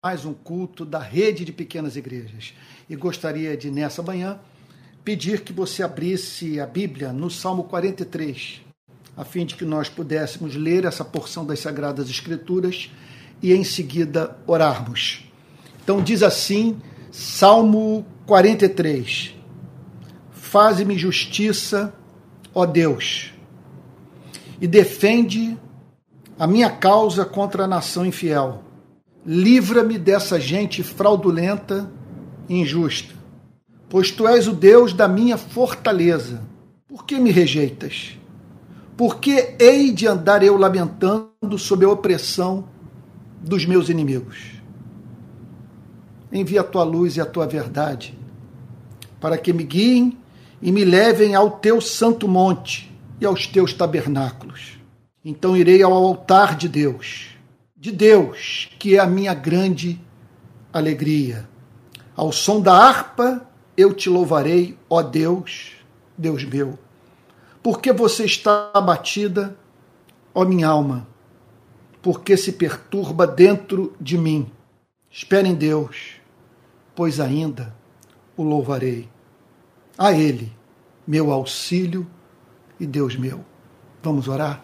mais um culto da Rede de Pequenas Igrejas. E gostaria de, nessa manhã, pedir que você abrisse a Bíblia no Salmo 43, a fim de que nós pudéssemos ler essa porção das Sagradas Escrituras e, em seguida, orarmos. Então, diz assim, Salmo 43. Faze-me justiça, ó Deus, e defende a minha causa contra a nação infiel. Livra-me dessa gente fraudulenta e injusta, pois tu és o Deus da minha fortaleza. Por que me rejeitas? Por que hei de andar eu lamentando sob a opressão dos meus inimigos? Envia a tua luz e a tua verdade, para que me guiem e me levem ao teu santo monte e aos teus tabernáculos. Então irei ao altar de Deus, que é a minha grande alegria. Ao som da harpa eu te louvarei, ó Deus, Deus meu. Porque você está abatida, ó minha alma? Porque se perturba dentro de mim? Espere em Deus, pois ainda o louvarei. A Ele, meu auxílio e Deus meu. Vamos orar?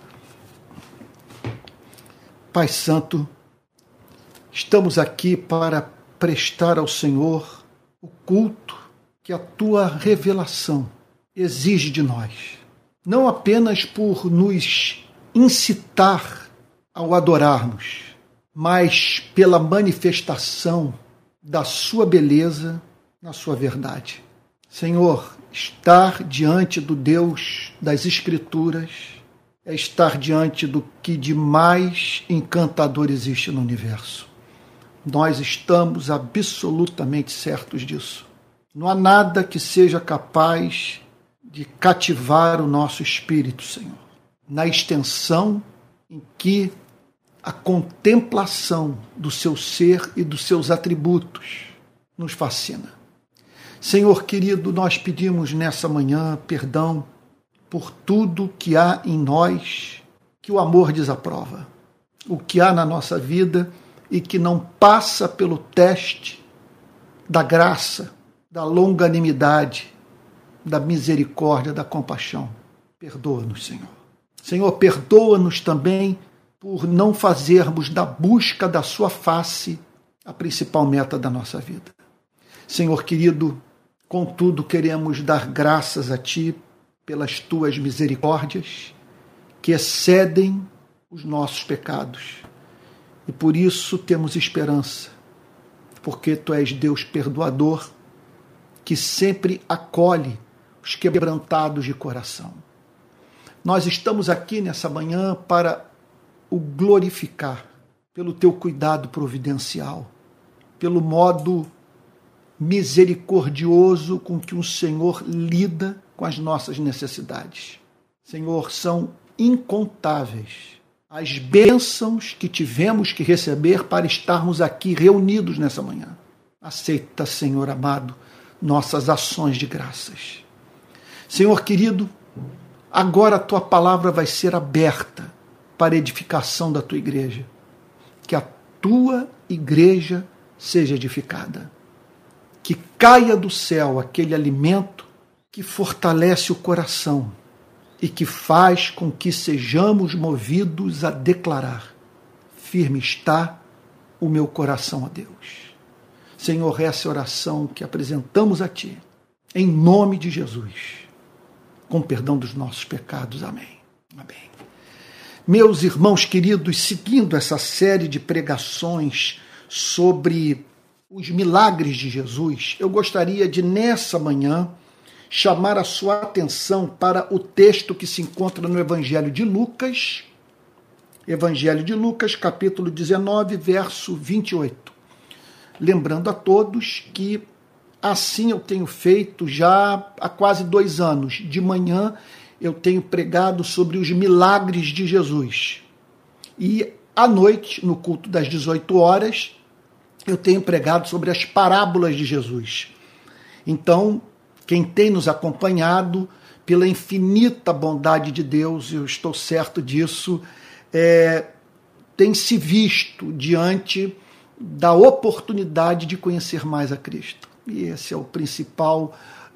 Pai Santo, estamos aqui para prestar ao Senhor o culto que a tua revelação exige de nós. Não apenas por nos incitar ao adorarmos, mas pela manifestação da sua beleza na sua verdade. Senhor, estar diante do Deus das Escrituras é estar diante do que de mais encantador existe no universo. Nós estamos absolutamente certos disso. Não há nada que seja capaz de cativar o nosso espírito, Senhor, na extensão em que a contemplação do seu ser e dos seus atributos nos fascina. Senhor querido, nós pedimos nessa manhã perdão por tudo que há em nós que o amor desaprova, o que há na nossa vida e que não passa pelo teste da graça, da longanimidade, da misericórdia, da compaixão. Perdoa-nos, Senhor. Senhor, perdoa-nos também por não fazermos da busca da sua face a principal meta da nossa vida. Senhor querido, contudo queremos dar graças a Ti pelas Tuas misericórdias que excedem os nossos pecados. E por isso temos esperança, porque Tu és Deus perdoador, que sempre acolhe os quebrantados de coração. Nós estamos aqui nessa manhã para o glorificar pelo Teu cuidado providencial, pelo modo misericordioso com que o Senhor lida com as nossas necessidades. Senhor, são incontáveis as bênçãos que tivemos que receber para estarmos aqui reunidos nessa manhã. Aceita, Senhor amado, nossas ações de graças. Senhor querido, agora a Tua palavra vai ser aberta para a edificação da Tua igreja. Que a Tua igreja seja edificada. Que caia do céu aquele alimento que fortalece o coração e que faz com que sejamos movidos a declarar: firme está o meu coração a Deus. Senhor, essa é a oração que apresentamos a Ti, em nome de Jesus, com perdão dos nossos pecados. Amém. Amém. Meus irmãos queridos, seguindo essa série de pregações sobre os milagres de Jesus, eu gostaria de, nessa manhã, chamar a sua atenção para o texto que se encontra no Evangelho de Lucas, capítulo 19, verso 28. Lembrando a todos que assim eu tenho feito já há quase 2 anos. De manhã eu tenho pregado sobre os milagres de Jesus. E à noite, no culto das 18 horas, eu tenho pregado sobre as parábolas de Jesus. Então, quem tem nos acompanhado, pela infinita bondade de Deus, eu estou certo disso, tem se visto diante da oportunidade de conhecer mais a Cristo. E esse é o principal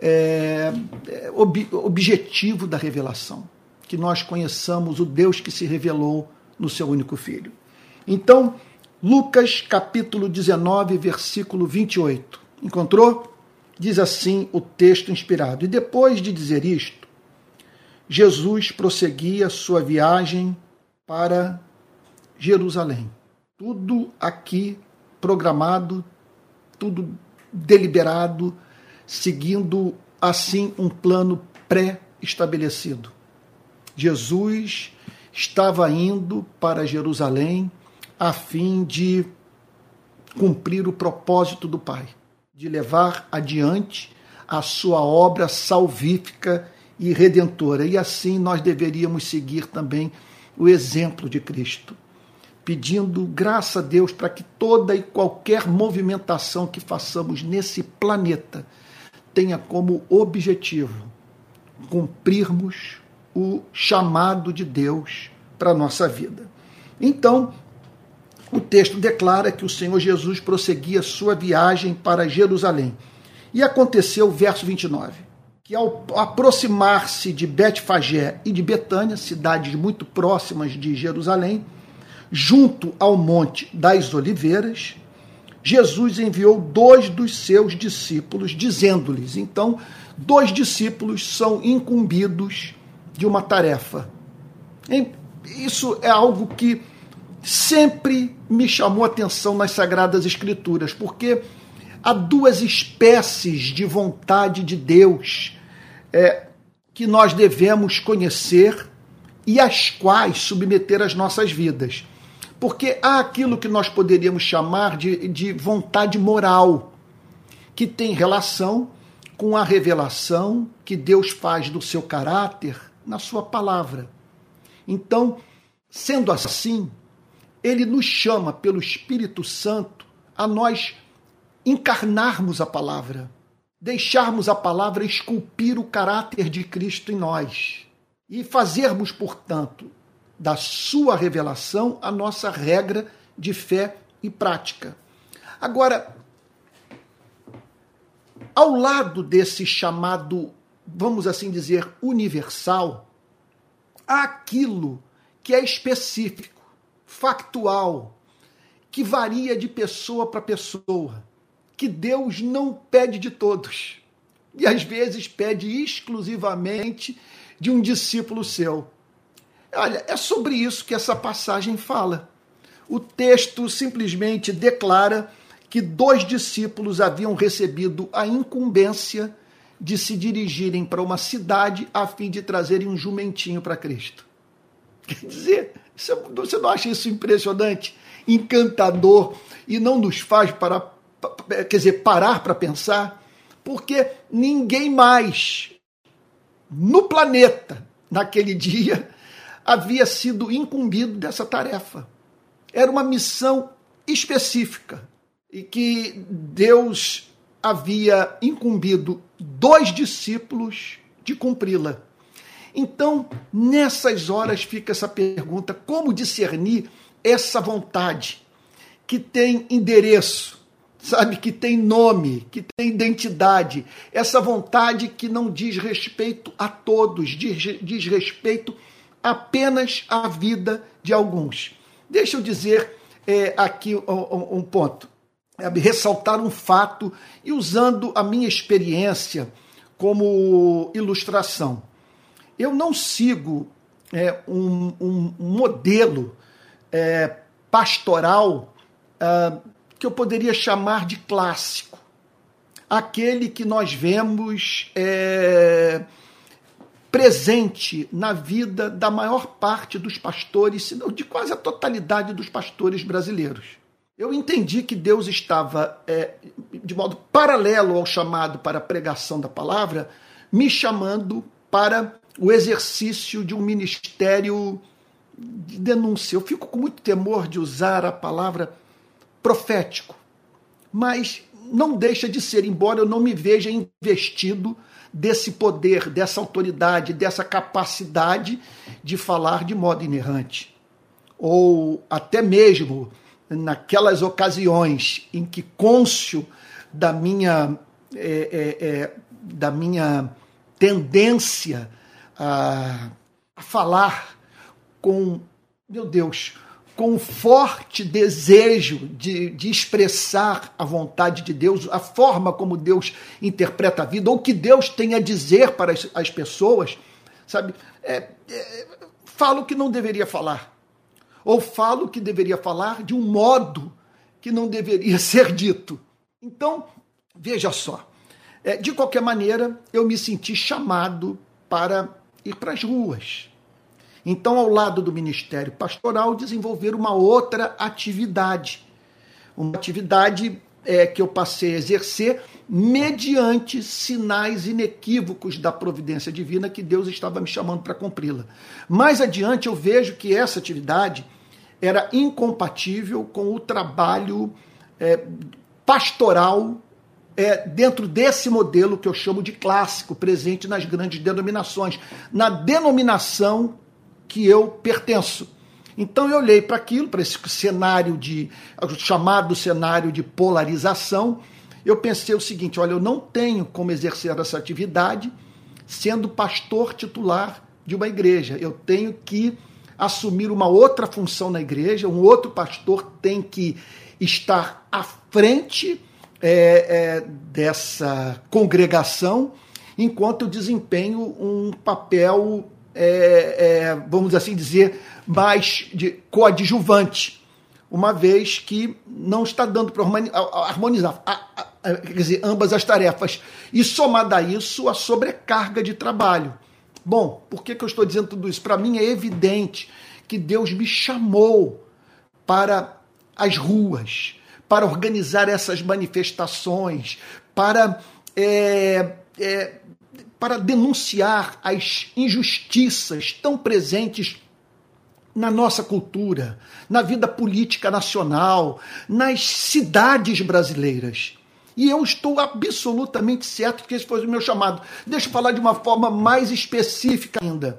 objetivo da revelação, que nós conheçamos o Deus que se revelou no seu único Filho. Então, Lucas capítulo 19, versículo 28. Encontrou? Diz assim o texto inspirado. E depois de dizer isto, Jesus prosseguia sua viagem para Jerusalém. Tudo aqui programado, tudo deliberado, seguindo assim um plano pré-estabelecido. Jesus estava indo para Jerusalém a fim de cumprir o propósito do Pai, de levar adiante a sua obra salvífica e redentora. E assim nós deveríamos seguir também o exemplo de Cristo, pedindo graça a Deus para que toda e qualquer movimentação que façamos nesse planeta tenha como objetivo cumprirmos o chamado de Deus para a nossa vida. Então, o texto declara que o Senhor Jesus prosseguia sua viagem para Jerusalém. E aconteceu, verso 29, que ao aproximar-se de Betfagé e de Betânia, cidades muito próximas de Jerusalém, junto ao Monte das Oliveiras, Jesus enviou 2 dos seus discípulos, dizendo-lhes, então, 2 discípulos são incumbidos de uma tarefa. Isso é algo que sempre me chamou a atenção nas Sagradas Escrituras, porque há 2 espécies de vontade de Deus que nós devemos conhecer e às quais submeter as nossas vidas. Porque há aquilo que nós poderíamos chamar de vontade moral, que tem relação com a revelação que Deus faz do seu caráter na sua palavra. Então, sendo assim, ele nos chama pelo Espírito Santo a nós encarnarmos a palavra, deixarmos a palavra esculpir o caráter de Cristo em nós e fazermos, portanto, da sua revelação a nossa regra de fé e prática. Agora, ao lado desse chamado, vamos assim dizer, universal, há aquilo que é específico, factual, que varia de pessoa para pessoa, que Deus não pede de todos, e às vezes pede exclusivamente de um discípulo seu. Olha, é sobre isso que essa passagem fala. O texto simplesmente declara que 2 discípulos haviam recebido a incumbência de se dirigirem para uma cidade a fim de trazerem um jumentinho para Cristo. Quer dizer, você não acha isso impressionante, encantador, e não nos faz parar para pensar? Porque ninguém mais no planeta, naquele dia, havia sido incumbido dessa tarefa. Era uma missão específica e que Deus havia incumbido 2 discípulos de cumpri-la. Então, nessas horas fica essa pergunta: como discernir essa vontade que tem endereço, sabe, que tem nome, que tem identidade, essa vontade que não diz respeito a todos, diz respeito apenas à vida de alguns. Deixa eu dizer aqui um ponto, ressaltar um fato e usando a minha experiência como ilustração. Eu não sigo um modelo pastoral que eu poderia chamar de clássico. Aquele que nós vemos presente na vida da maior parte dos pastores, se não de quase a totalidade dos pastores brasileiros. Eu entendi que Deus estava, de modo paralelo ao chamado para a pregação da palavra, me chamando para o exercício de um ministério de denúncia. Eu fico com muito temor de usar a palavra profético, mas não deixa de ser, embora eu não me veja investido desse poder, dessa autoridade, dessa capacidade de falar de modo inerrante, ou até mesmo naquelas ocasiões em que cônscio da minha tendência a falar com, meu Deus, com um forte desejo de expressar a vontade de Deus, a forma como Deus interpreta a vida, ou o que Deus tem a dizer para as pessoas, sabe? Falo o que não deveria falar, ou falo o que deveria falar de um modo que não deveria ser dito. Então, veja só, de qualquer maneira, eu me senti chamado para ir para as ruas. Então, ao lado do ministério pastoral, desenvolver uma outra atividade. Uma atividade que eu passei a exercer mediante sinais inequívocos da providência divina que Deus estava me chamando para cumpri-la. Mais adiante, eu vejo que essa atividade era incompatível com o trabalho pastoral dentro desse modelo que eu chamo de clássico, presente nas grandes denominações, na denominação que eu pertenço. Então eu olhei para aquilo, para esse cenário chamado cenário de polarização, eu pensei o seguinte: olha, eu não tenho como exercer essa atividade sendo pastor titular de uma igreja. Eu tenho que assumir uma outra função na igreja, um outro pastor tem que estar à frente dessa congregação, enquanto eu desempenho um papel, vamos assim dizer, mais de coadjuvante, uma vez que não está dando para harmonizar quer dizer, ambas as tarefas. E somada a isso, a sobrecarga de trabalho. Bom, por que eu estou dizendo tudo isso? Para mim é evidente que Deus me chamou para as ruas, para organizar essas manifestações, para denunciar as injustiças tão presentes na nossa cultura, na vida política nacional, nas cidades brasileiras. E eu estou absolutamente certo que esse foi o meu chamado. Deixa eu falar de uma forma mais específica ainda.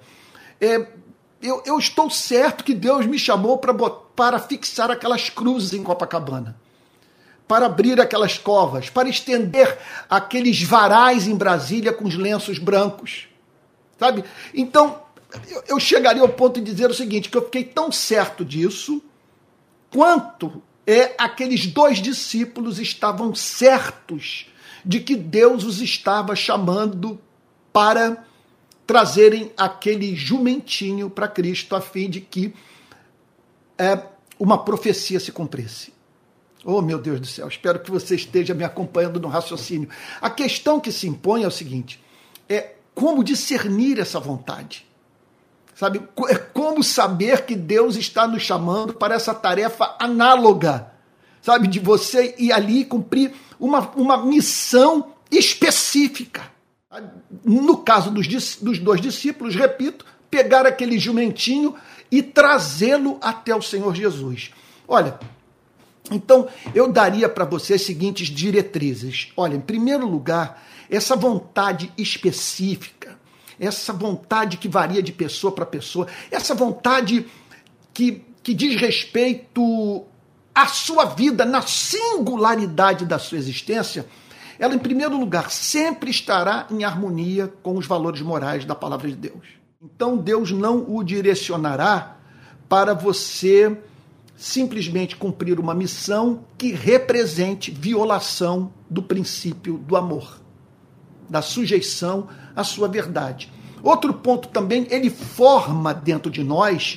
Eu estou certo que Deus me chamou para fixar aquelas cruzes em Copacabana, para abrir aquelas covas, para estender aqueles varais em Brasília com os lenços brancos, sabe? Então, eu chegaria ao ponto de dizer o seguinte, que eu fiquei tão certo disso, quanto aqueles 2 discípulos estavam certos de que Deus os estava chamando para trazerem aquele jumentinho para Cristo, a fim de que uma profecia se cumprisse. Oh, meu Deus do céu, espero que você esteja me acompanhando no raciocínio. A questão que se impõe é o seguinte, como discernir essa vontade? Sabe? É como saber que Deus está nos chamando para essa tarefa análoga, sabe? De você ir ali e cumprir uma missão específica. No caso dos 2 discípulos, repito, pegar aquele jumentinho e trazê-lo até o Senhor Jesus. Olha, então eu daria para você as seguintes diretrizes. Olha, em primeiro lugar, essa vontade específica, essa vontade que varia de pessoa para pessoa, essa vontade que diz respeito à sua vida, na singularidade da sua existência, ela, em primeiro lugar, sempre estará em harmonia com os valores morais da palavra de Deus. Então, Deus não o direcionará para você simplesmente cumprir uma missão que represente violação do princípio do amor, da sujeição à sua verdade. Outro ponto também, ele forma dentro de nós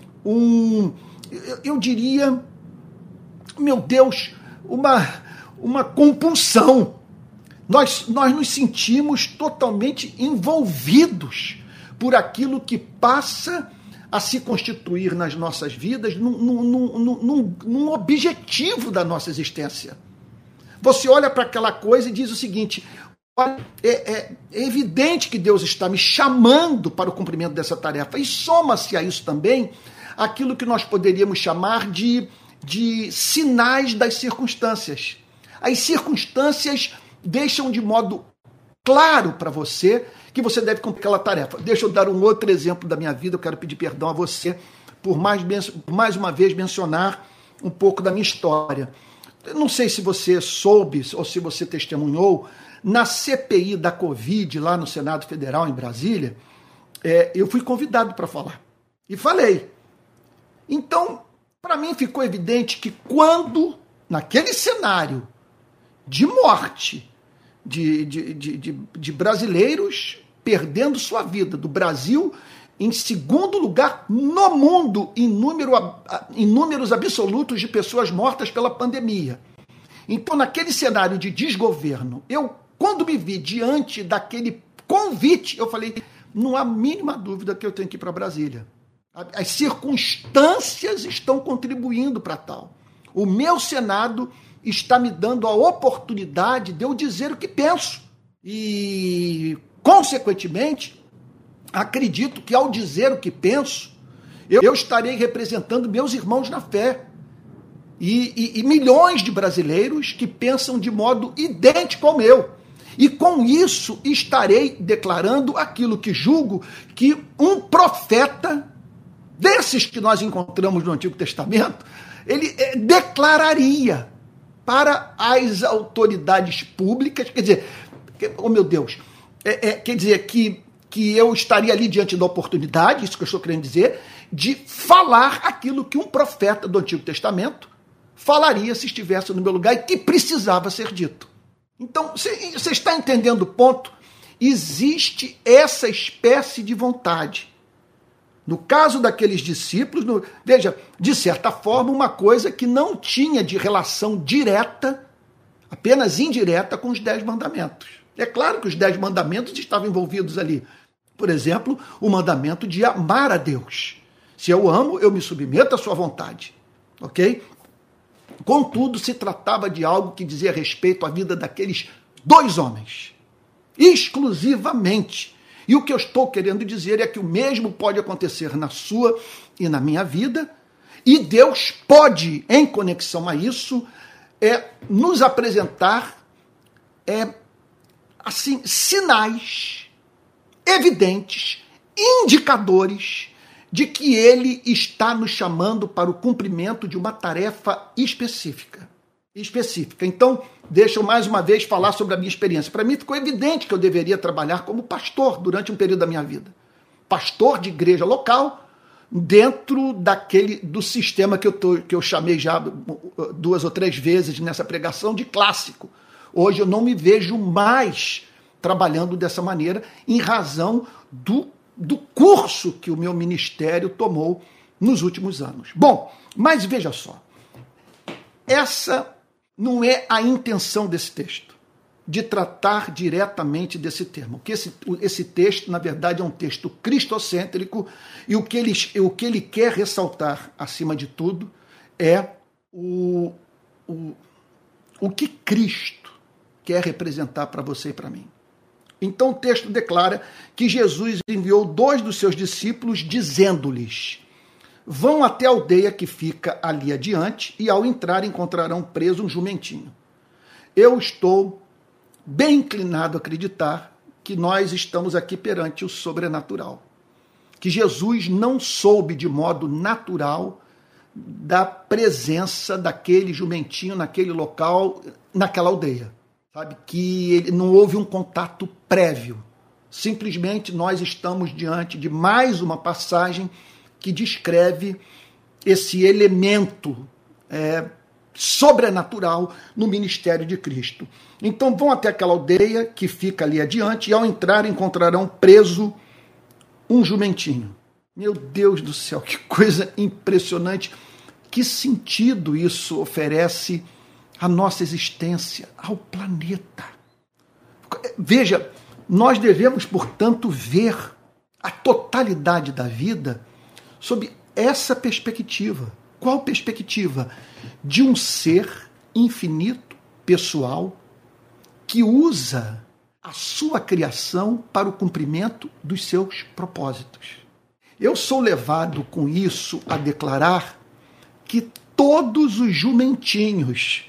eu diria, meu Deus, uma compulsão. Nós nos sentimos totalmente envolvidos por aquilo que passa a se constituir nas nossas vidas num objetivo da nossa existência. Você olha para aquela coisa e diz o seguinte: é evidente que Deus está me chamando para o cumprimento dessa tarefa. E soma-se a isso também aquilo que nós poderíamos chamar de sinais das circunstâncias. As circunstâncias deixam de modo claro para você que você deve cumprir aquela tarefa. Deixa eu dar um outro exemplo da minha vida. Eu quero pedir perdão a você por mais uma vez mencionar um pouco da minha história. Eu não sei se você soube ou se você testemunhou, na CPI da Covid, lá no Senado Federal, em Brasília, eu fui convidado para falar. E falei. Então, para mim ficou evidente que quando, naquele cenário de morte, de brasileiros perdendo sua vida, do Brasil em segundo lugar no mundo em números absolutos de pessoas mortas pela pandemia. Então, naquele cenário de desgoverno, eu, quando me vi diante daquele convite, eu falei, não há a mínima dúvida que eu tenho que ir para Brasília. As circunstâncias estão contribuindo para tal. O meu Senado está me dando a oportunidade de eu dizer o que penso. E, consequentemente, acredito que ao dizer o que penso, eu estarei representando meus irmãos na fé. E milhões de brasileiros que pensam de modo idêntico ao meu. E com isso estarei declarando aquilo que julgo que um profeta, desses que nós encontramos no Antigo Testamento, ele declararia para as autoridades públicas, quer dizer, oh meu Deus, quer dizer que eu estaria ali diante da oportunidade, isso que eu estou querendo dizer, de falar aquilo que um profeta do Antigo Testamento falaria se estivesse no meu lugar e que precisava ser dito. Então, você está entendendo o ponto? Existe essa espécie de vontade. No caso daqueles discípulos, veja, de certa forma, uma coisa que não tinha de relação direta, apenas indireta, com os 10 mandamentos. É claro que os 10 mandamentos estavam envolvidos ali. Por exemplo, o mandamento de amar a Deus. Se eu amo, eu me submeto à sua vontade. Ok? Contudo, se tratava de algo que dizia respeito à vida daqueles 2 homens. Exclusivamente. E o que eu estou querendo dizer é que o mesmo pode acontecer na sua e na minha vida, e Deus pode, em conexão a isso, nos apresentar assim, sinais evidentes, indicadores de que Ele está nos chamando para o cumprimento de uma tarefa específica. Então, deixa eu mais uma vez falar sobre a minha experiência. Para mim ficou evidente que eu deveria trabalhar como pastor durante um período da minha vida. Pastor de igreja local, dentro do sistema que eu chamei já 2 ou 3 vezes nessa pregação de clássico. Hoje eu não me vejo mais trabalhando dessa maneira em razão do curso que o meu ministério tomou nos últimos anos. Bom, mas veja só, essa não é a intenção desse texto, de tratar diretamente desse termo. Porque esse texto, na verdade, é um texto cristocêntrico e o que ele quer ressaltar, acima de tudo, é o que Cristo quer representar para você e para mim. Então o texto declara que Jesus enviou 2 dos seus discípulos dizendo-lhes: vão até a aldeia que fica ali adiante e ao entrar encontrarão preso um jumentinho. Eu estou bem inclinado a acreditar que nós estamos aqui perante o sobrenatural. Que Jesus não soube de modo natural da presença daquele jumentinho naquele local, naquela aldeia. Sabe? Que não houve um contato prévio. Simplesmente nós estamos diante de mais uma passagem que descreve esse elemento sobrenatural no ministério de Cristo. Então vão até aquela aldeia que fica ali adiante e ao entrar encontrarão preso um jumentinho. Meu Deus do céu, que coisa impressionante. Que sentido isso oferece à nossa existência, ao planeta? Veja, nós devemos, portanto, ver a totalidade da vida sob essa perspectiva. Qual perspectiva? De um ser infinito, pessoal, que usa a sua criação para o cumprimento dos seus propósitos. Eu sou levado com isso a declarar que todos os jumentinhos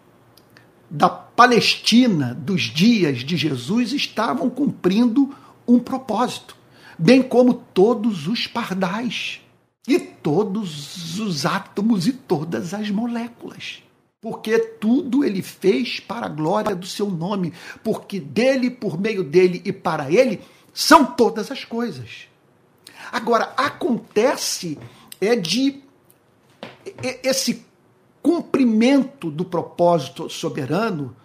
da Palestina dos dias de Jesus estavam cumprindo um propósito, bem como todos os pardais. e todos os átomos e todas as moléculas. Porque tudo ele fez para a glória do seu nome, porque dele, por meio dele e para ele são todas as coisas. Agora, acontece esse cumprimento do propósito soberano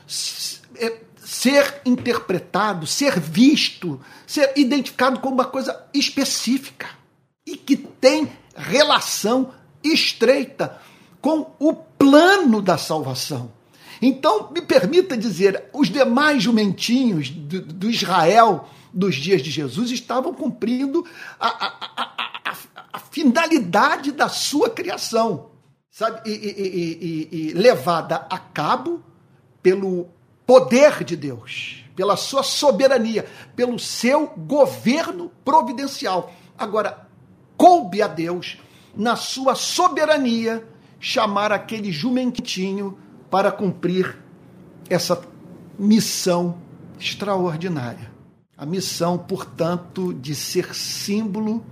ser interpretado, ser visto, ser identificado como uma coisa específica e que tem relação estreita com o plano da salvação. Então, me permita dizer, os demais jumentinhos do Israel dos dias de Jesus estavam cumprindo a finalidade da sua criação, sabe? E levada a cabo pelo poder de Deus, pela sua soberania, pelo seu governo providencial. Agora, coube a Deus, na sua soberania, chamar aquele jumentinho para cumprir essa missão extraordinária. A missão, portanto, de ser símbolo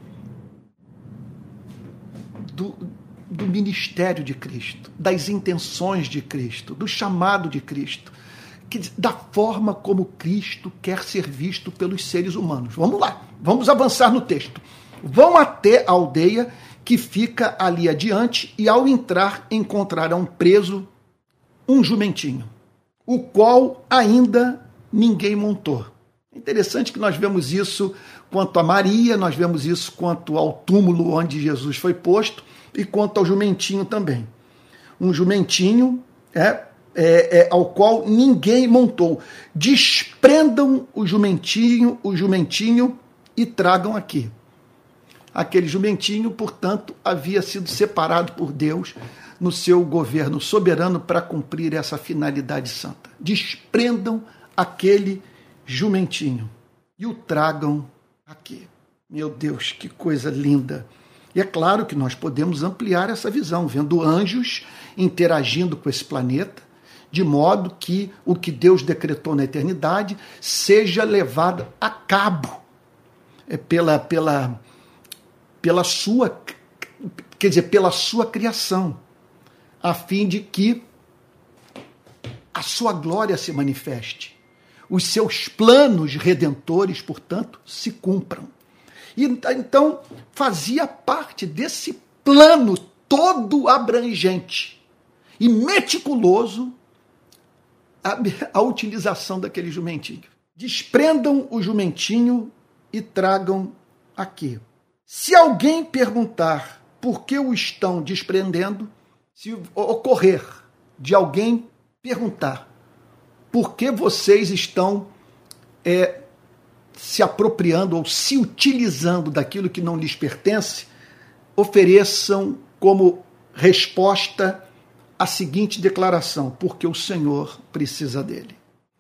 do ministério de Cristo, das intenções de Cristo, do chamado de Cristo, da forma como Cristo quer ser visto pelos seres humanos. Vamos lá, vamos avançar no texto. Vão até a aldeia que fica ali adiante e, ao entrar, encontrarão preso um jumentinho, o qual ainda ninguém montou. É interessante que nós vemos isso quanto a Maria, nós vemos isso quanto ao túmulo onde Jesus foi posto e quanto ao jumentinho também. Um jumentinho ao qual ninguém montou. Desprendam o jumentinho e tragam aqui. Aquele jumentinho, portanto, havia sido separado por Deus no seu governo soberano para cumprir essa finalidade santa. Desprendam aquele jumentinho e o tragam aqui. Meu Deus, que coisa linda! E é claro que nós podemos ampliar essa visão, vendo anjos interagindo com esse planeta, de modo que o que Deus decretou na eternidade seja levado a cabo pela sua criação, a fim de que a sua glória se manifeste. Os seus planos redentores, portanto, se cumpram. E então fazia parte desse plano todo abrangente e meticuloso a utilização daquele jumentinho. Desprendam o jumentinho e tragam aqui. Se alguém perguntar por que o estão desprendendo, se ocorrer de alguém perguntar por que vocês estão se apropriando ou se utilizando daquilo que não lhes pertence, ofereçam como resposta a seguinte declaração: porque o Senhor precisa dele.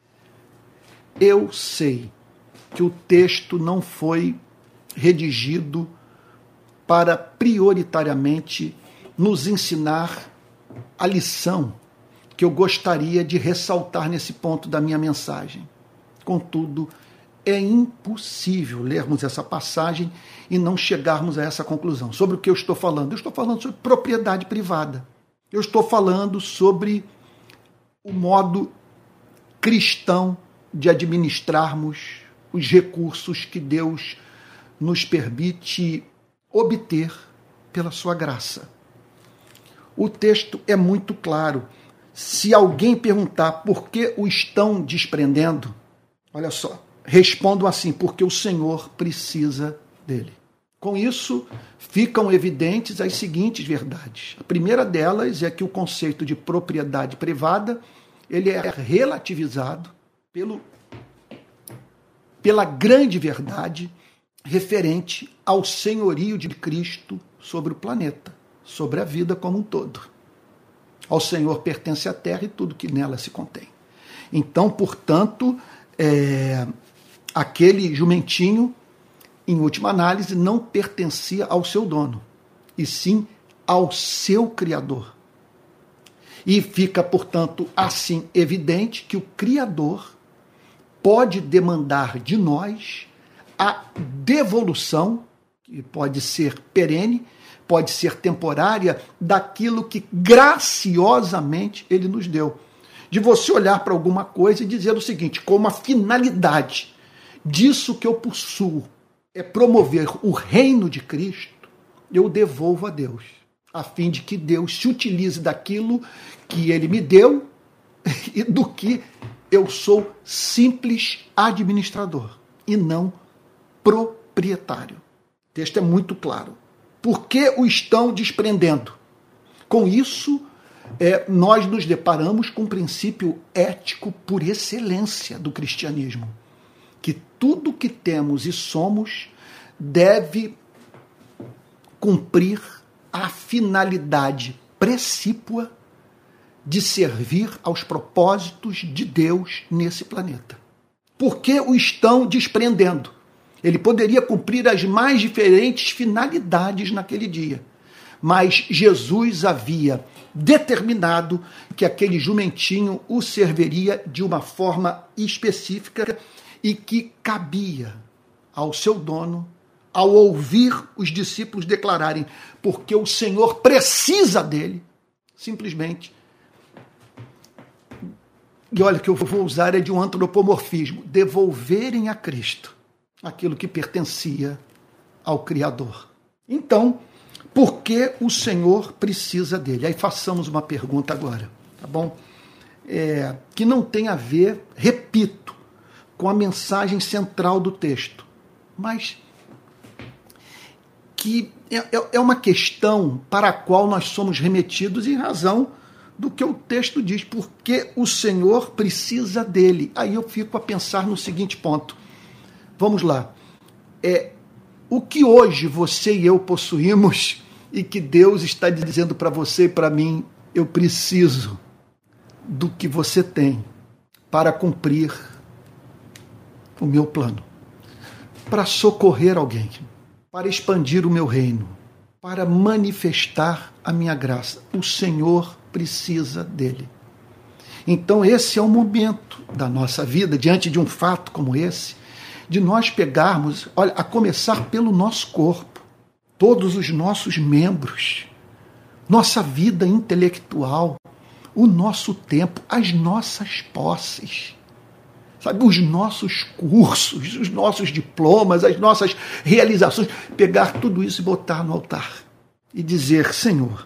Eu sei que o texto não foi redigido para prioritariamente nos ensinar a lição que eu gostaria de ressaltar nesse ponto da minha mensagem. Contudo, é impossível lermos essa passagem e não chegarmos a essa conclusão. Sobre o que eu estou falando? Eu estou falando sobre propriedade privada. Eu estou falando sobre o modo cristão de administrarmos os recursos que Deus nos permite obter pela sua graça. O texto é muito claro. Se alguém perguntar por que o estão desprendendo, olha só, respondam assim: porque o Senhor precisa dele. Com isso, ficam evidentes as seguintes verdades. A primeira delas é que o conceito de propriedade privada ele é relativizado pela grande verdade referente ao senhorio de Cristo sobre o planeta, sobre a vida como um todo. Ao Senhor pertence a terra e tudo que nela se contém. Então, portanto, aquele jumentinho, em última análise, não pertencia ao seu dono, e sim ao seu Criador. E fica, portanto, assim evidente que o Criador pode demandar de nós a devolução, que pode ser perene, pode ser temporária daquilo que graciosamente ele nos deu. De você olhar para alguma coisa e dizer o seguinte, como a finalidade disso que eu possuo é promover o reino de Cristo, eu devolvo a Deus, a fim de que Deus se utilize daquilo que ele me deu e do que eu sou simples administrador e não proprietário. O texto é muito claro. Por que o estão desprendendo? Com isso, nós nos deparamos com um princípio ético por excelência do cristianismo, que tudo que temos e somos deve cumprir a finalidade precípua de servir aos propósitos de Deus nesse planeta. Por que o estão desprendendo? Ele poderia cumprir as mais diferentes finalidades naquele dia, mas Jesus havia determinado que aquele jumentinho o serviria de uma forma específica e que cabia ao seu dono, ao ouvir os discípulos declararem, porque o Senhor precisa dele, simplesmente. E olha, que eu vou usar é de um antropomorfismo, devolverem a Cristo aquilo que pertencia ao Criador. Então, por que o Senhor precisa dele? Aí façamos uma pergunta agora, tá bom? Que não tem a ver, repito, com a mensagem central do texto, mas que é uma questão para a qual nós somos remetidos em razão do que o texto diz, porque o Senhor precisa dele. Aí eu fico a pensar no seguinte ponto. Vamos lá. O que hoje você e eu possuímos e que Deus está dizendo para você e para mim, eu preciso do que você tem para cumprir o meu plano, para socorrer alguém, para expandir o meu reino, para manifestar a minha graça. O Senhor precisa dele. Então esse é o momento da nossa vida, diante de um fato como esse, de nós pegarmos, olha, a começar pelo nosso corpo, todos os nossos membros, nossa vida intelectual, o nosso tempo, as nossas posses, sabe, os nossos cursos, os nossos diplomas, as nossas realizações, pegar tudo isso e botar no altar e dizer, Senhor,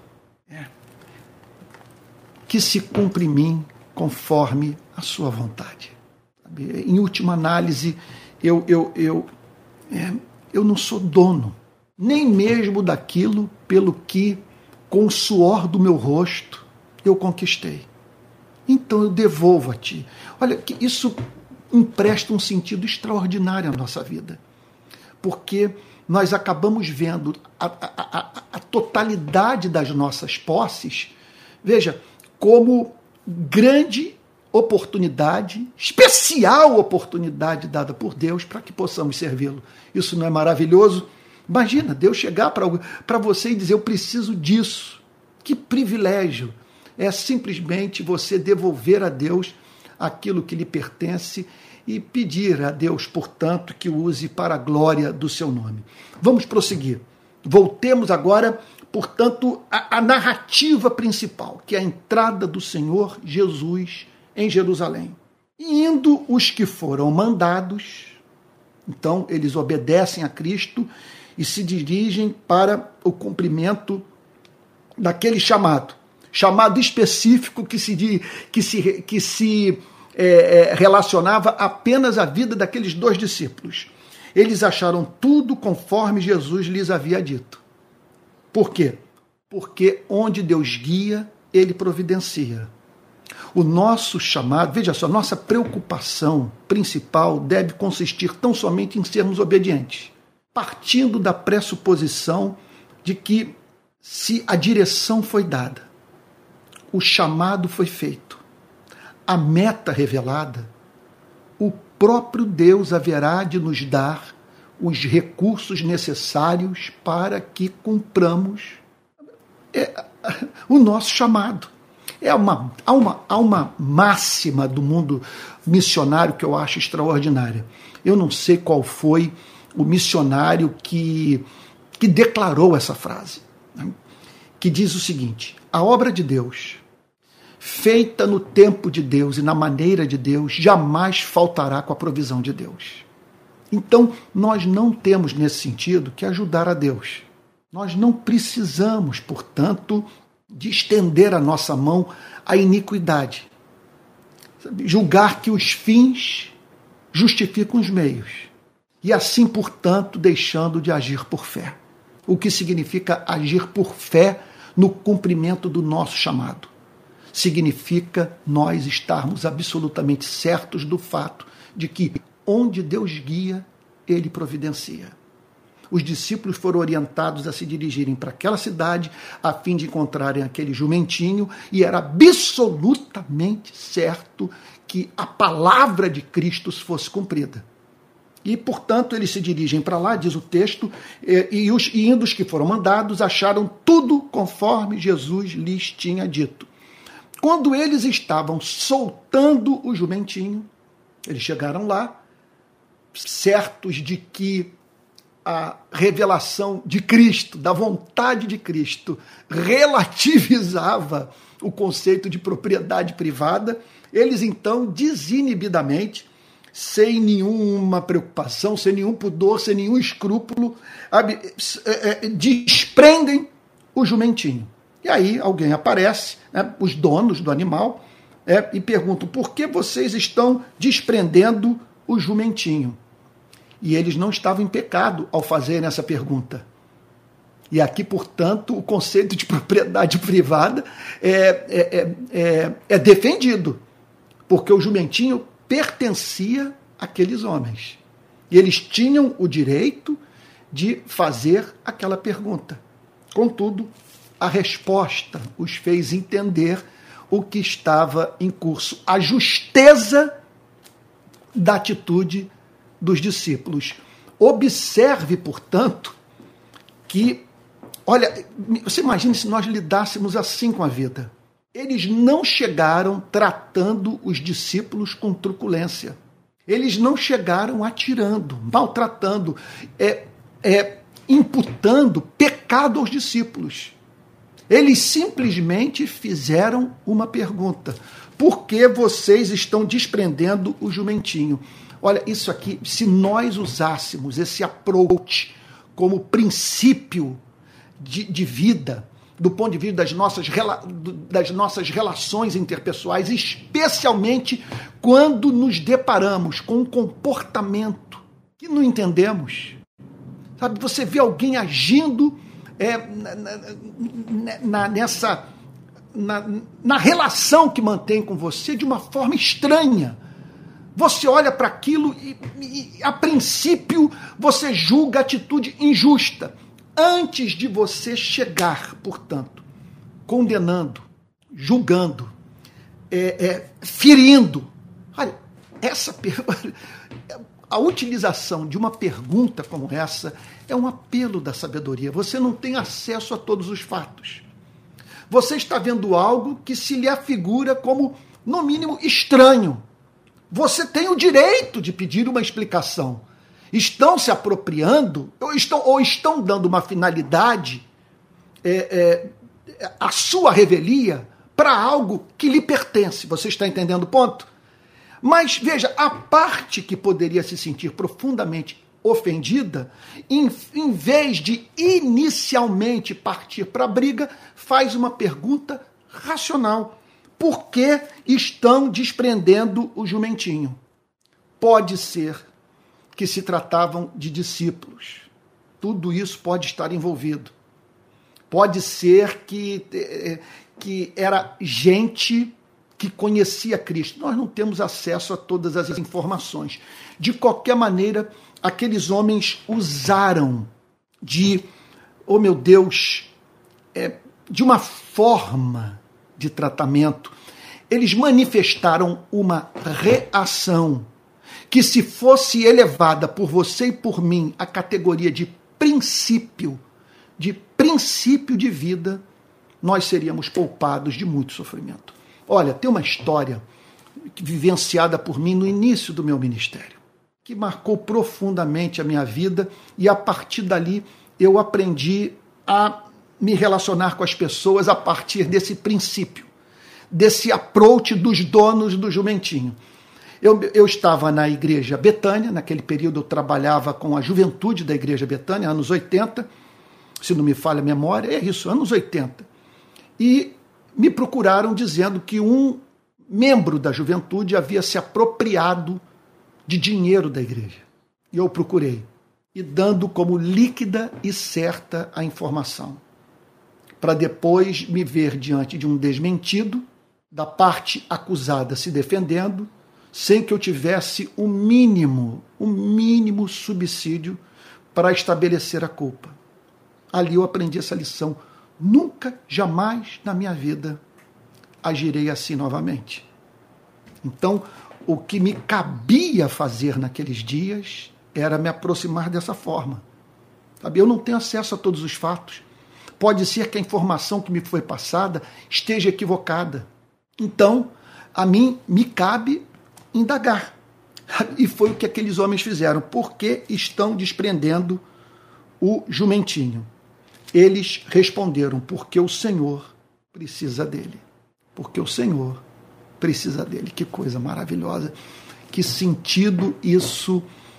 que se cumpra em mim conforme a sua vontade. Sabe? Em última análise, eu não sou dono, nem mesmo daquilo pelo que, com o suor do meu rosto, eu conquistei. Então eu devolvo a ti. Olha, que isso empresta um sentido extraordinário à nossa vida, porque nós acabamos vendo a totalidade das nossas posses, veja, como grande oportunidade, especial oportunidade dada por Deus para que possamos servi-lo. Isso não é maravilhoso? Imagina, Deus chegar para você e dizer, eu preciso disso. Que privilégio! É simplesmente você devolver a Deus aquilo que lhe pertence e pedir a Deus, portanto, que o use para a glória do seu nome. Vamos prosseguir. Voltemos agora, portanto, à narrativa principal, que é a entrada do Senhor Jesus em Jerusalém. E indo os que foram mandados, então eles obedecem a Cristo e se dirigem para o cumprimento daquele chamado específico que se relacionava apenas à vida daqueles 2 discípulos. Eles acharam tudo conforme Jesus lhes havia dito. Por quê? Porque onde Deus guia, ele providencia. O nosso chamado, veja só, nossa preocupação principal deve consistir tão somente em sermos obedientes, partindo da pressuposição de que, se a direção foi dada, o chamado foi feito, a meta revelada, o próprio Deus haverá de nos dar os recursos necessários para que cumpramos o nosso chamado. Há uma máxima do mundo missionário que eu acho extraordinária. Eu não sei qual foi o missionário que declarou essa frase, que diz o seguinte: a obra de Deus, feita no tempo de Deus e na maneira de Deus, jamais faltará com a provisão de Deus. Então, nós não temos, nesse sentido, que ajudar a Deus. Nós não precisamos, portanto, de estender a nossa mão à iniquidade. Julgar que os fins justificam os meios. E assim, portanto, deixando de agir por fé. O que significa agir por fé no cumprimento do nosso chamado? Significa nós estarmos absolutamente certos do fato de que onde Deus guia, Ele providencia. Os discípulos foram orientados a se dirigirem para aquela cidade a fim de encontrarem aquele jumentinho, e era absolutamente certo que a palavra de Cristo fosse cumprida. E, portanto, eles se dirigem para lá, diz o texto, e indo os que foram mandados acharam tudo conforme Jesus lhes tinha dito. Quando eles estavam soltando o jumentinho, eles chegaram lá, certos de que a revelação de Cristo, da vontade de Cristo, relativizava o conceito de propriedade privada, eles então, desinibidamente, sem nenhuma preocupação, sem nenhum pudor, sem nenhum escrúpulo, desprendem o jumentinho. E aí alguém aparece, né, os donos do animal, e perguntam: por que vocês estão desprendendo o jumentinho? E eles não estavam em pecado ao fazerem essa pergunta. E aqui, portanto, o conceito de propriedade privada é defendido, porque o jumentinho pertencia àqueles homens. E eles tinham o direito de fazer aquela pergunta. Contudo, a resposta os fez entender o que estava em curso, a justeza da atitude dos discípulos. Observe, portanto, que, olha, você imagina se nós lidássemos assim com a vida. Eles não chegaram tratando os discípulos com truculência. Eles não chegaram atirando, maltratando, imputando pecado aos discípulos. Eles simplesmente fizeram uma pergunta: por que vocês estão desprendendo o jumentinho? Olha, isso aqui, se nós usássemos esse approach como princípio de vida, do ponto de vista das nossas relações interpessoais, especialmente quando nos deparamos com um comportamento que não entendemos. Sabe, você vê alguém agindo na relação que mantém com você de uma forma estranha. Você olha para aquilo e, a princípio, você julga a atitude injusta. Antes de você chegar, portanto, condenando, julgando, ferindo. Olha, a utilização de uma pergunta como essa é um apelo da sabedoria. Você não tem acesso a todos os fatos. Você está vendo algo que se lhe afigura como, no mínimo, estranho. Você tem o direito de pedir uma explicação. Estão se apropriando ou estão dando uma finalidade à sua revelia para algo que lhe pertence. Você está entendendo o ponto? Mas, veja, a parte que poderia se sentir profundamente ofendida, em vez de inicialmente partir para a briga, faz uma pergunta racional. Por que estão desprendendo o jumentinho? Pode ser que se tratavam de discípulos. Tudo isso pode estar envolvido. Pode ser que era gente que conhecia Cristo. Nós não temos acesso a todas as informações. De qualquer maneira, aqueles homens usaram de uma forma de tratamento. Eles manifestaram uma reação que, se fosse elevada por você e por mim à categoria de princípio de vida, nós seríamos poupados de muito sofrimento. Olha, tem uma história vivenciada por mim no início do meu ministério, que marcou profundamente a minha vida, e a partir dali eu aprendi a me relacionar com as pessoas a partir desse princípio, desse approach dos donos do jumentinho. Eu estava na Igreja Betânia, naquele período eu trabalhava com a juventude da Igreja Betânia, anos 80, se não me falha a memória, é isso, anos 80. E me procuraram dizendo que um membro da juventude havia se apropriado de dinheiro da igreja. E eu procurei, e dando como líquida e certa a informação, para depois me ver diante de um desmentido, da parte acusada se defendendo, sem que eu tivesse o mínimo subsídio para estabelecer a culpa. Ali eu aprendi essa lição. Nunca, jamais na minha vida agirei assim novamente. Então, o que me cabia fazer naqueles dias era me aproximar dessa forma. Sabe? Eu não tenho acesso a todos os fatos. Pode ser que a informação que me foi passada esteja equivocada. Então, a mim me cabe indagar. E foi o que aqueles homens fizeram. Porque estão desprendendo o jumentinho? Eles responderam, porque o Senhor precisa dele. Porque o Senhor precisa dele. Que coisa maravilhosa. Que sentido isso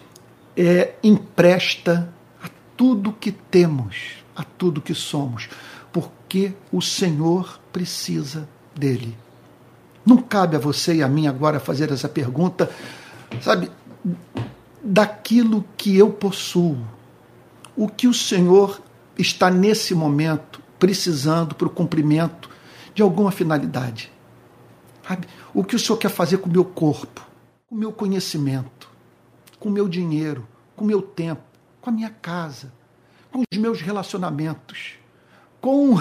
empresta a tudo que temos, a tudo que somos. Porque o Senhor precisa dele. Não cabe a você e a mim agora fazer essa pergunta, sabe, daquilo que eu possuo. O que o Senhor está nesse momento precisando para o cumprimento de alguma finalidade. Sabe? O que o Senhor quer fazer com o meu corpo, com o meu conhecimento, com o meu dinheiro, com o meu tempo, com a minha casa, com os meus relacionamentos, com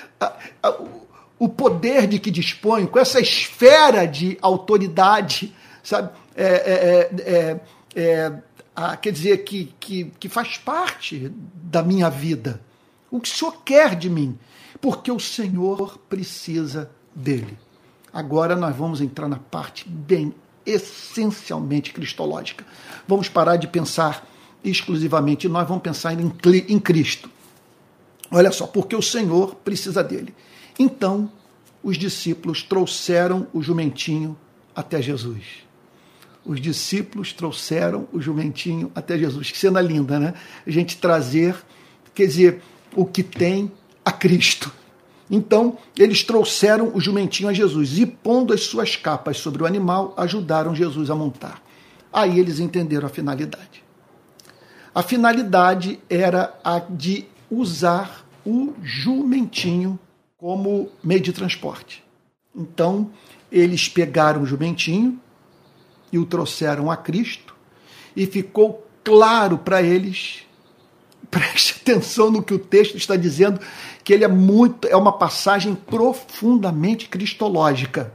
o poder de que disponho, com essa esfera de autoridade, sabe? Quer dizer, que faz parte da minha vida. O que o Senhor quer de mim? Porque o Senhor precisa dele. Agora nós vamos entrar na parte bem essencialmente cristológica. Vamos parar de pensar exclusivamente, nós vamos pensar em Cristo. Olha só, porque o Senhor precisa dele. Então, os discípulos trouxeram o jumentinho até Jesus. Os discípulos trouxeram o jumentinho até Jesus. Que cena linda, né? A gente trazer, quer dizer, o que tem a Cristo. Então, eles trouxeram o jumentinho a Jesus e, pondo as suas capas sobre o animal, ajudaram Jesus a montar. Aí eles entenderam a finalidade. A finalidade era a de usar o jumentinho como meio de transporte. Então, eles pegaram o jumentinho e o trouxeram a Cristo, e ficou claro para eles, preste atenção no que o texto está dizendo, que ele é uma passagem profundamente cristológica.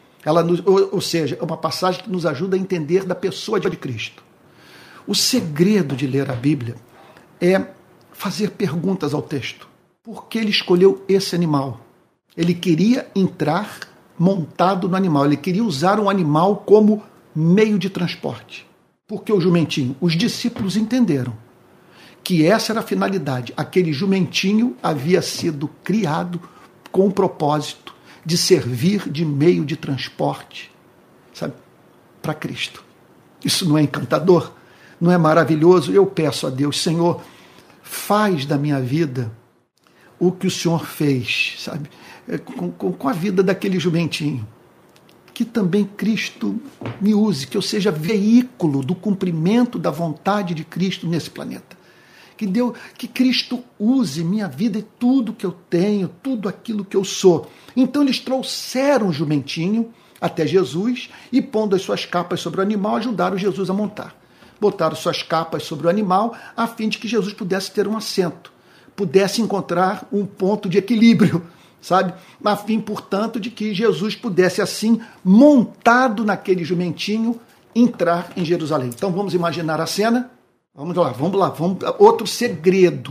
Ou seja, é uma passagem que nos ajuda a entender da pessoa de Cristo. O segredo de ler a Bíblia é fazer perguntas ao texto. Por que ele escolheu esse animal? Ele queria entrar montado no animal, ele queria usar um animal como meio de transporte. Por que o jumentinho? Os discípulos entenderam que essa era a finalidade. Aquele jumentinho havia sido criado com o propósito de servir de meio de transporte, sabe, para Cristo. Isso não é encantador? Não é maravilhoso? Eu peço a Deus, Senhor, faz da minha vida o que o Senhor fez, sabe, com a vida daquele jumentinho. Que também Cristo me use, que eu seja veículo do cumprimento da vontade de Cristo nesse planeta. Que Cristo use minha vida e tudo que eu tenho, tudo aquilo que eu sou. Então eles trouxeram o jumentinho até Jesus e, pondo as suas capas sobre o animal, ajudaram Jesus a montar. Botaram suas capas sobre o animal a fim de que Jesus pudesse ter um assento, pudesse encontrar um ponto de equilíbrio, sabe? A fim, portanto, de que Jesus pudesse, assim, montado naquele jumentinho, entrar em Jerusalém. Então vamos imaginar a cena. Vamos lá. Outro segredo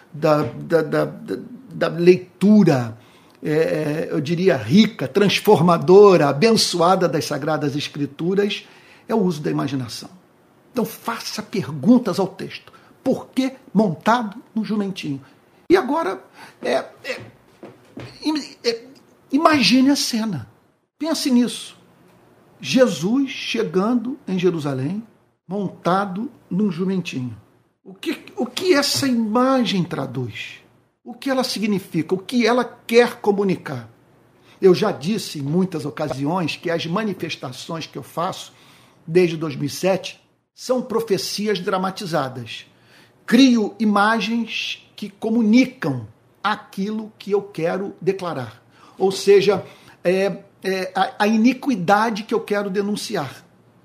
da leitura, eu diria rica, transformadora, abençoada das Sagradas Escrituras, é o uso da imaginação. Então faça perguntas ao texto. Por que montado no jumentinho? E agora, imagine a cena. Pense nisso. Jesus chegando em Jerusalém, montado num jumentinho. O que essa imagem traduz? O que ela significa? O que ela quer comunicar? Eu já disse em muitas ocasiões que as manifestações que eu faço desde 2007 são profecias dramatizadas. Crio imagens que comunicam aquilo que eu quero declarar. Ou seja, a iniquidade que eu quero denunciar.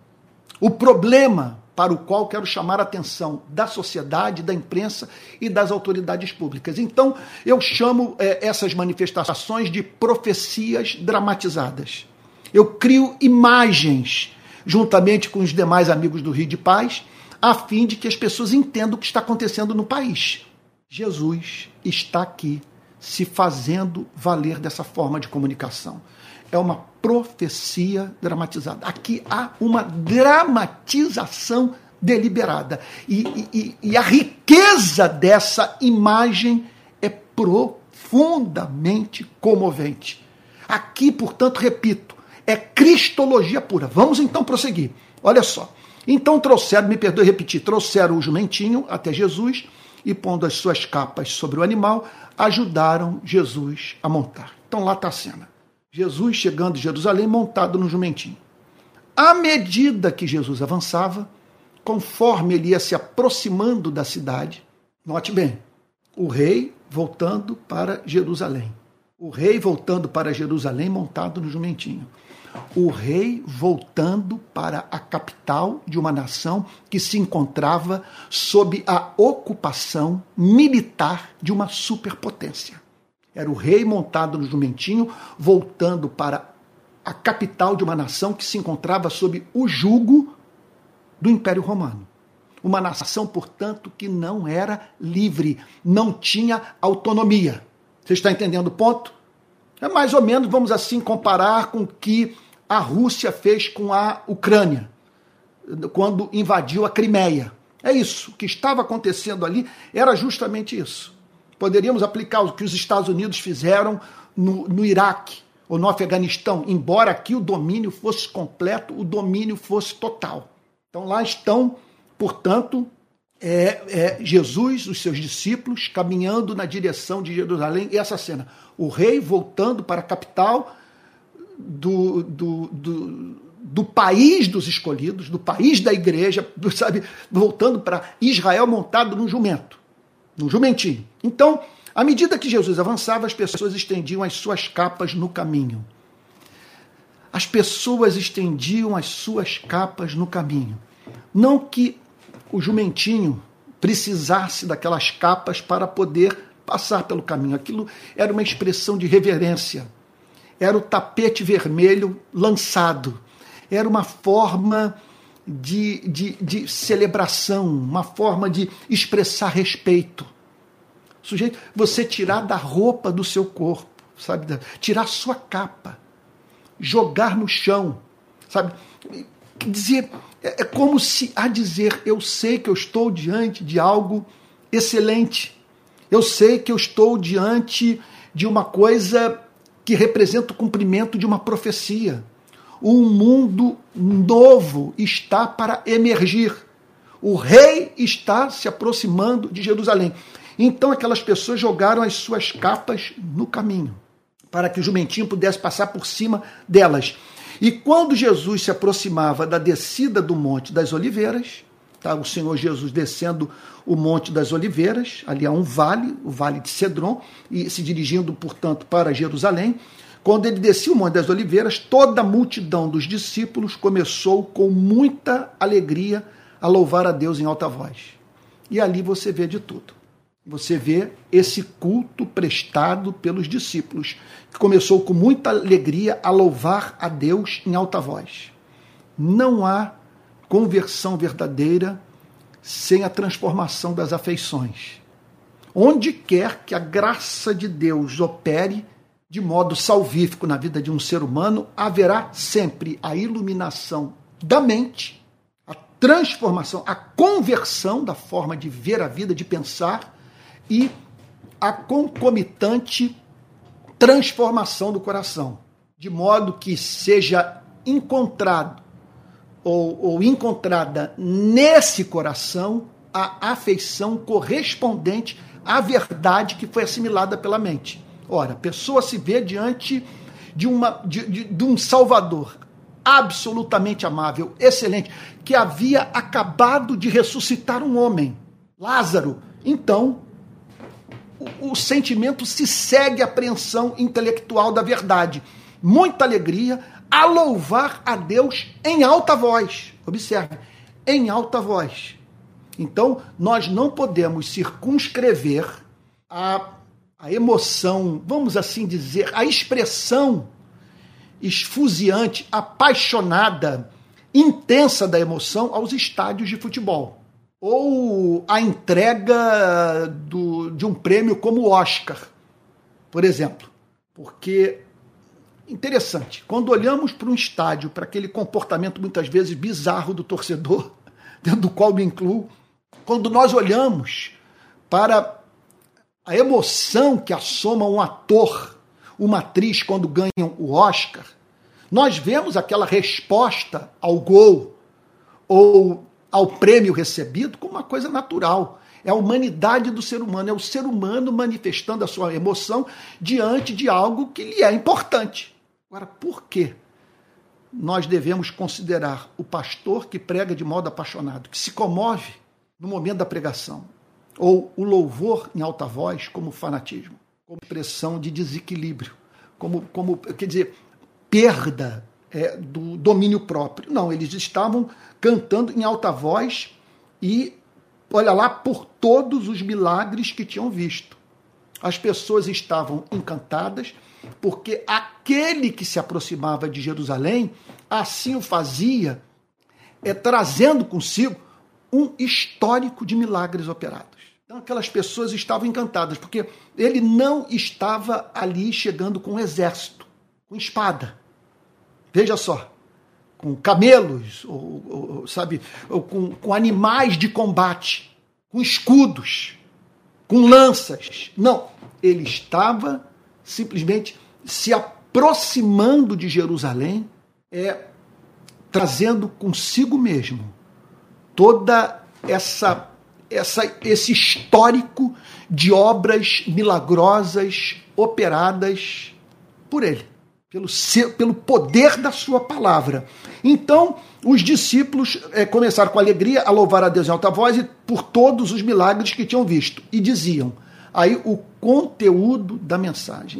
O problema para o qual quero chamar a atenção da sociedade, da imprensa e das autoridades públicas. Então, eu chamo essas manifestações de profecias dramatizadas. Eu crio imagens, juntamente com os demais amigos do Rio de Paz, a fim de que as pessoas entendam o que está acontecendo no país. Jesus está aqui se fazendo valer dessa forma de comunicação. É uma profecia dramatizada. Aqui há uma dramatização deliberada. E a riqueza dessa imagem é profundamente comovente. Aqui, portanto, repito, é cristologia pura. Vamos então prosseguir. Olha só. Então trouxeram, me perdoe repetir, trouxeram o jumentinho até Jesus e, pondo as suas capas sobre o animal, ajudaram Jesus a montar. Então lá está a cena. Jesus chegando em Jerusalém montado no jumentinho. À medida que Jesus avançava, conforme ele ia se aproximando da cidade, note bem, o rei voltando para Jerusalém. O rei voltando para Jerusalém montado no jumentinho. O rei voltando para a capital de uma nação que se encontrava sob a ocupação militar de uma superpotência. Era o rei montado no jumentinho, voltando para a capital de uma nação que se encontrava sob o jugo do Império Romano. Uma nação, portanto, que não era livre, não tinha autonomia. Você está entendendo o ponto? É mais ou menos, vamos assim, comparar com o que a Rússia fez com a Ucrânia, quando invadiu a Crimeia. É isso. O que estava acontecendo ali era justamente isso. Poderíamos aplicar o que os Estados Unidos fizeram no Iraque ou no Afeganistão, embora aqui o domínio fosse completo, o domínio fosse total. Então lá estão, portanto, Jesus, os seus discípulos, caminhando na direção de Jerusalém, e essa cena, o rei voltando para a capital do país dos escolhidos, do país da igreja, sabe, voltando para Israel montado num jumentinho. Então, à medida que Jesus avançava, as pessoas estendiam as suas capas no caminho. As pessoas estendiam as suas capas no caminho. Não que o jumentinho precisasse daquelas capas para poder passar pelo caminho. Aquilo era uma expressão de reverência. Era o tapete vermelho lançado. Era uma forma de celebração, uma forma de expressar respeito. Sujeito, você tirar da roupa do seu corpo, sabe? Tirar sua capa, jogar no chão, sabe? Dizer, é como se a dizer, eu sei que eu estou diante de algo excelente. Eu sei que eu estou diante de uma coisa que representa o cumprimento de uma profecia. Um mundo novo está para emergir. O rei está se aproximando de Jerusalém. Então aquelas pessoas jogaram as suas capas no caminho, para que o jumentinho pudesse passar por cima delas. E quando Jesus se aproximava da descida do Monte das Oliveiras, tá, o Senhor Jesus descendo o Monte das Oliveiras, ali há um vale, o Vale de Cedron, e se dirigindo, portanto, para Jerusalém, quando ele descia o Monte das Oliveiras, toda a multidão dos discípulos começou com muita alegria a louvar a Deus em alta voz. E ali você vê de tudo. Você vê esse culto prestado pelos discípulos, que começou com muita alegria a louvar a Deus em alta voz. Não há conversão verdadeira sem a transformação das afeições. Onde quer que a graça de Deus opere de modo salvífico na vida de um ser humano, haverá sempre a iluminação da mente, a transformação, a conversão da forma de ver a vida, de pensar, e a concomitante transformação do coração, de modo que seja encontrado ou encontrada nesse coração a afeição correspondente à verdade que foi assimilada pela mente. Ora, a pessoa se vê diante de um Salvador absolutamente amável, excelente, que havia acabado de ressuscitar um homem, Lázaro. Então, o sentimento se segue à apreensão intelectual da verdade. Muita alegria a louvar a Deus em alta voz. Observe, em alta voz. Então, nós não podemos circunscrever a emoção, vamos assim dizer, a expressão esfuziante, apaixonada, intensa da emoção aos estádios de futebol. Ou a entrega de um prêmio como o Oscar, por exemplo. Porque, interessante, quando olhamos para um estádio, para aquele comportamento muitas vezes bizarro do torcedor, dentro do qual me incluo, quando nós olhamos para a emoção que assoma um ator, uma atriz quando ganham o Oscar, nós vemos aquela resposta ao gol ou ao prêmio recebido como uma coisa natural. É a humanidade do ser humano, é o ser humano manifestando a sua emoção diante de algo que lhe é importante. Agora, por que nós devemos considerar o pastor que prega de modo apaixonado, que se comove no momento da pregação, ou o louvor em alta voz como fanatismo, como expressão de desequilíbrio, como quer dizer, perda do domínio próprio? Não, eles estavam cantando em alta voz e, olha lá, por todos os milagres que tinham visto. As pessoas estavam encantadas porque aquele que se aproximava de Jerusalém assim o fazia, trazendo consigo um histórico de milagres operados. Então aquelas pessoas estavam encantadas, porque ele não estava ali chegando com um exército, com espada. Veja só, com camelos, ou com animais de combate, com escudos, com lanças. Não, ele estava simplesmente se aproximando de Jerusalém, trazendo consigo mesmo toda esse histórico de obras milagrosas operadas por ele, pelo poder da sua palavra. Então, os discípulos começaram com alegria a louvar a Deus em alta voz e por todos os milagres que tinham visto. E diziam, aí o conteúdo da mensagem.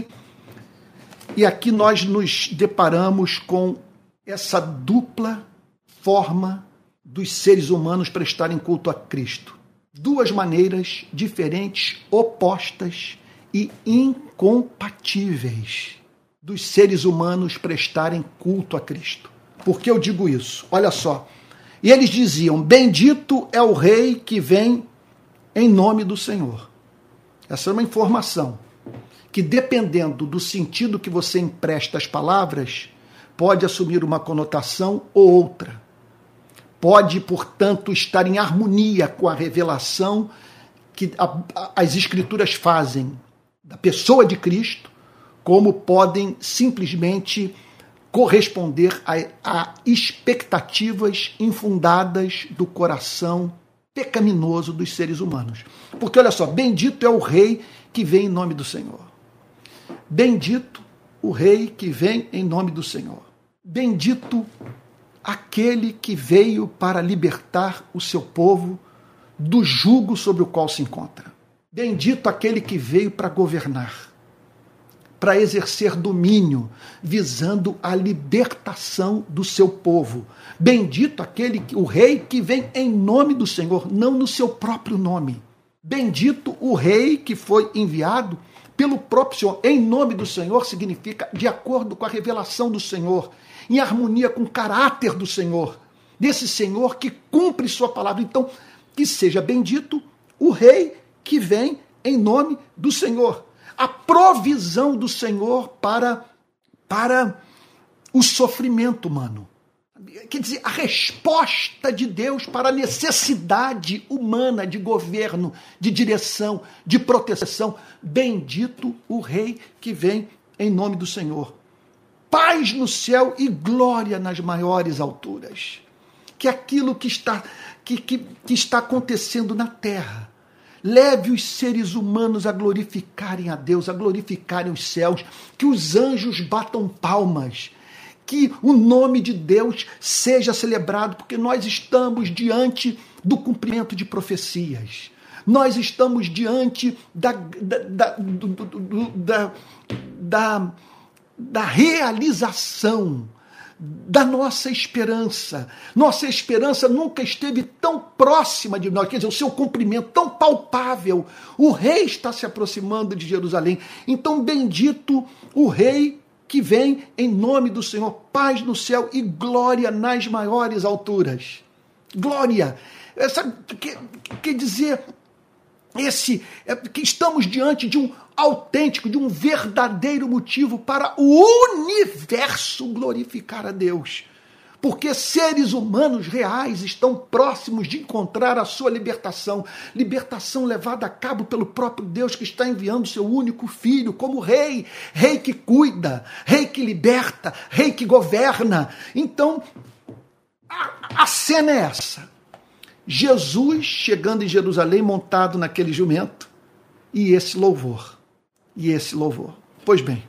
E aqui nós nos deparamos com essa dupla forma dos seres humanos prestarem culto a Cristo. Duas maneiras diferentes, opostas e incompatíveis dos seres humanos prestarem culto a Cristo. Por que eu digo isso? Olha só. E eles diziam, bendito é o rei que vem em nome do Senhor. Essa é uma informação que, dependendo do sentido que você empresta às palavras, pode assumir uma conotação ou outra. Pode, portanto, estar em harmonia com a revelação que as Escrituras fazem da pessoa de Cristo, como podem simplesmente corresponder a expectativas infundadas do coração pecaminoso dos seres humanos. Porque, olha só, bendito é o rei que vem em nome do Senhor. Bendito o rei que vem em nome do Senhor. Bendito aquele que veio para libertar o seu povo do jugo sobre o qual se encontra. Bendito aquele que veio para governar, para exercer domínio, visando a libertação do seu povo. Bendito o rei que vem em nome do Senhor, não no seu próprio nome. Bendito o rei que foi enviado pelo próprio Senhor. Em nome do Senhor significa de acordo com a revelação do Senhor, em harmonia com o caráter do Senhor, desse Senhor que cumpre sua palavra. Então, que seja bendito o rei que vem em nome do Senhor. A provisão do Senhor para o sofrimento humano. quer dizer, a resposta de Deus para a necessidade humana de governo, de direção, de proteção. Bendito o Rei que vem em nome do Senhor. Paz no céu e glória nas maiores alturas. Que aquilo que está acontecendo na terra leve os seres humanos a glorificarem a Deus, a glorificarem os céus, que os anjos batam palmas, que o nome de Deus seja celebrado, porque nós estamos diante do cumprimento de profecias. Nós estamos diante da realização da nossa esperança. Nossa esperança nunca esteve tão próxima de nós, quer dizer, o seu cumprimento tão palpável. O Rei está se aproximando de Jerusalém. Então, bendito o Rei que vem em nome do Senhor, paz no céu e glória nas maiores alturas. Glória. Quer dizer, que estamos diante de um autêntico, de um verdadeiro motivo para o universo glorificar a Deus. Porque seres humanos reais estão próximos de encontrar a sua libertação. Libertação levada a cabo pelo próprio Deus, que está enviando seu único filho como rei. Rei que cuida, rei que liberta, rei que governa. Então, a cena é essa. Jesus chegando em Jerusalém montado naquele jumento e esse louvor. Pois bem,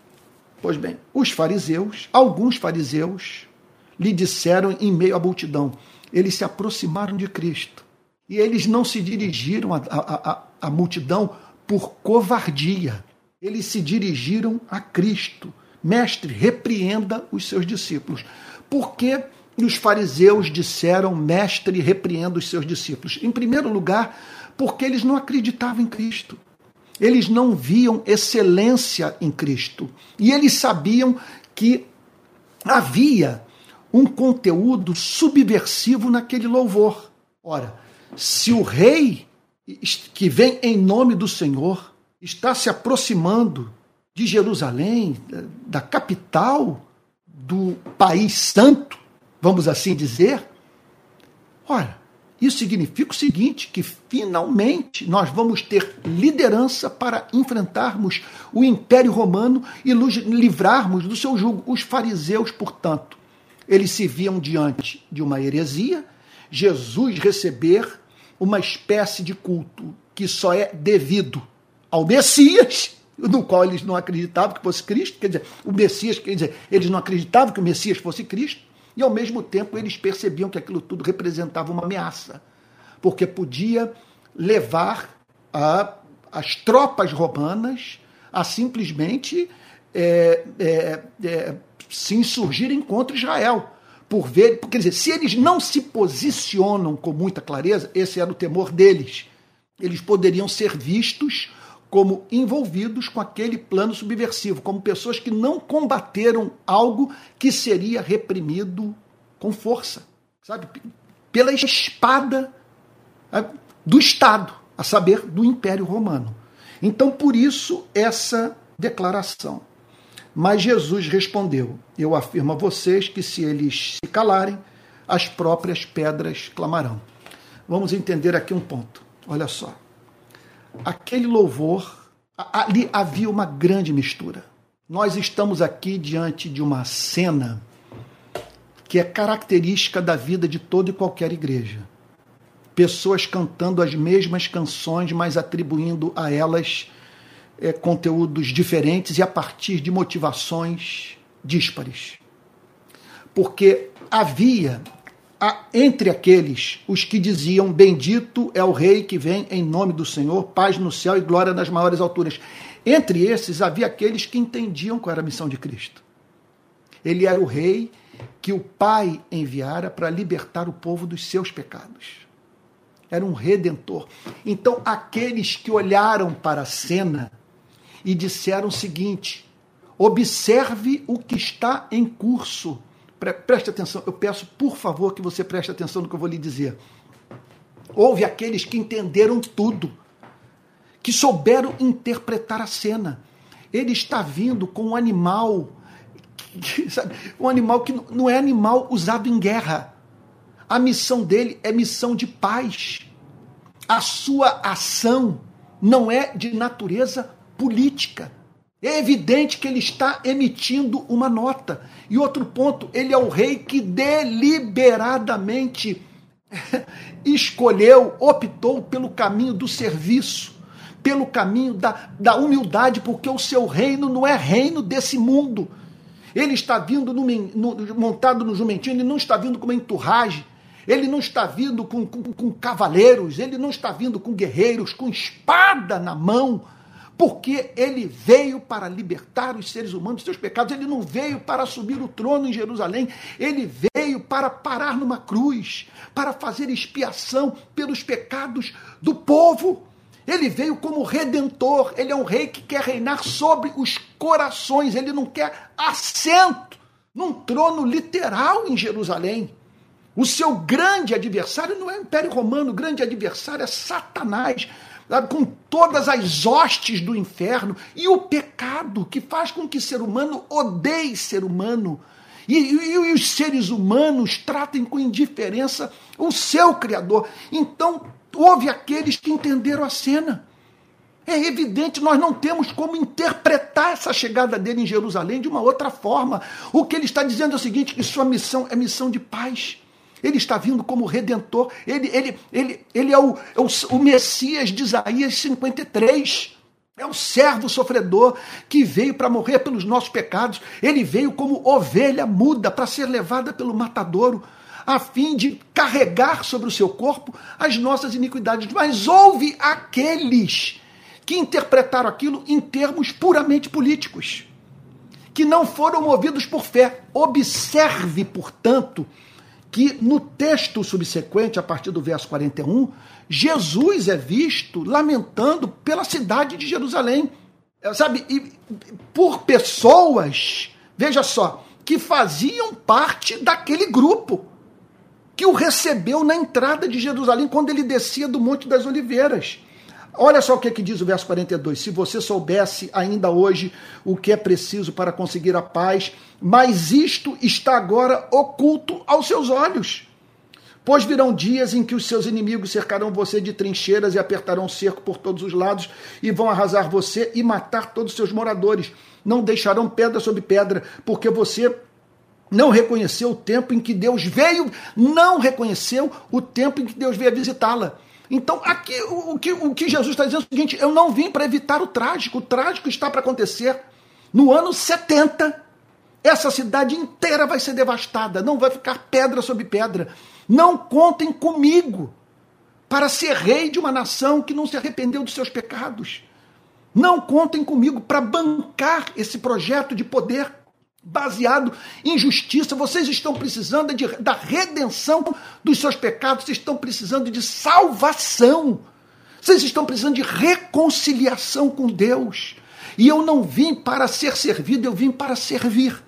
alguns fariseus lhe disseram em meio à multidão, eles se aproximaram de Cristo e eles não se dirigiram à multidão por covardia, eles se dirigiram a Cristo. Mestre, repreenda os seus discípulos. Por que os fariseus disseram, mestre, repreenda os seus discípulos? Em primeiro lugar, porque eles não acreditavam em Cristo. Eles não viam excelência em Cristo. E eles sabiam que havia um conteúdo subversivo naquele louvor. Ora, se o rei que vem em nome do Senhor está se aproximando de Jerusalém, da capital do país santo, vamos assim dizer, ora, isso significa o seguinte, que finalmente nós vamos ter liderança para enfrentarmos o Império Romano e nos livrarmos do seu jugo. Os fariseus, portanto, eles se viam diante de uma heresia, Jesus receber uma espécie de culto que só é devido ao Messias, no qual eles não acreditavam que fosse Cristo, quer dizer, o Messias, quer dizer, eles não acreditavam que o Messias fosse Cristo, e ao mesmo tempo eles percebiam que aquilo tudo representava uma ameaça, porque podia levar as tropas romanas a simplesmente se insurgirem contra Israel. Quer dizer, se eles não se posicionam com muita clareza, esse era o temor deles, eles poderiam ser vistos como envolvidos com aquele plano subversivo, como pessoas que não combateram algo que seria reprimido com força, sabe? Pela espada do Estado, a saber, do Império Romano. Então, por isso, essa declaração. Mas Jesus respondeu, eu afirmo a vocês que se eles se calarem, as próprias pedras clamarão. Vamos entender aqui um ponto. Olha só. Aquele louvor, ali havia uma grande mistura. Nós estamos aqui diante de uma cena que é característica da vida de toda e qualquer igreja. Pessoas cantando as mesmas canções, mas atribuindo a elas conteúdos diferentes e a partir de motivações díspares. Porque havia entre aqueles os que diziam bendito é o rei que vem em nome do Senhor, paz no céu e glória nas maiores alturas. Entre esses havia aqueles que entendiam qual era a missão de Cristo. Ele era o rei que o Pai enviara para libertar o povo dos seus pecados. Era um redentor. Então aqueles que olharam para a cena e disseram o seguinte, observe o que está em curso. Preste atenção, eu peço por favor que você preste atenção no que eu vou lhe dizer. Houve aqueles que entenderam tudo, que souberam interpretar a cena. Ele está vindo com um animal sabe, um animal que não é animal usado em guerra. A missão dele é missão de paz. A sua ação não é de natureza política. É evidente que ele está emitindo uma nota. E outro ponto, ele é o rei que deliberadamente escolheu, optou pelo caminho do serviço, pelo caminho da humildade, porque o seu reino não é reino desse mundo. Ele está vindo montado no jumentinho, ele não está vindo com uma entourage, ele não está vindo com cavaleiros, ele não está vindo com guerreiros, com espada na mão, porque ele veio para libertar os seres humanos dos seus pecados. Ele não veio para assumir o trono em Jerusalém, ele veio para parar numa cruz, para fazer expiação pelos pecados do povo. Ele veio como redentor, ele é um rei que quer reinar sobre os corações, ele não quer assento num trono literal em Jerusalém. O seu grande adversário não é o Império Romano, o grande adversário é Satanás, com todas as hostes do inferno, e o pecado que faz com que o ser humano odeie ser humano, e os seres humanos tratem com indiferença o seu Criador. Então, houve aqueles que entenderam a cena. É evidente, nós não temos como interpretar essa chegada dele em Jerusalém de uma outra forma. O que ele está dizendo é o seguinte, que sua missão é missão de paz. Ele está vindo como redentor, ele é o Messias de Isaías 53, é o servo sofredor que veio para morrer pelos nossos pecados, ele veio como ovelha muda para ser levada pelo matadouro, a fim de carregar sobre o seu corpo as nossas iniquidades. Mas houve aqueles que interpretaram aquilo em termos puramente políticos, que não foram movidos por fé. Observe, portanto, que no texto subsequente, a partir do verso 41, Jesus é visto lamentando pela cidade de Jerusalém, sabe, e por pessoas, veja só, que faziam parte daquele grupo que o recebeu na entrada de Jerusalém, quando ele descia do Monte das Oliveiras. Olha só o que diz o verso 42. Se você soubesse ainda hoje o que é preciso para conseguir a paz, mas isto está agora oculto aos seus olhos. Pois virão dias em que os seus inimigos cercarão você de trincheiras e apertarão o cerco por todos os lados e vão arrasar você e matar todos os seus moradores. Não deixarão pedra sobre pedra, porque você não reconheceu o tempo em que Deus veio, não reconheceu o tempo em que Deus veio visitá-la. Então, aqui o que Jesus está dizendo é o seguinte: eu não vim para evitar o trágico está para acontecer. No ano 70, essa cidade inteira vai ser devastada, não vai ficar pedra sobre pedra. Não contem comigo para ser rei de uma nação que não se arrependeu dos seus pecados. Não contem comigo para bancar esse projeto de poder baseado em justiça. Vocês estão precisando da redenção dos seus pecados, vocês estão precisando de salvação, vocês estão precisando de reconciliação com Deus. E eu não vim para ser servido, eu vim para servir.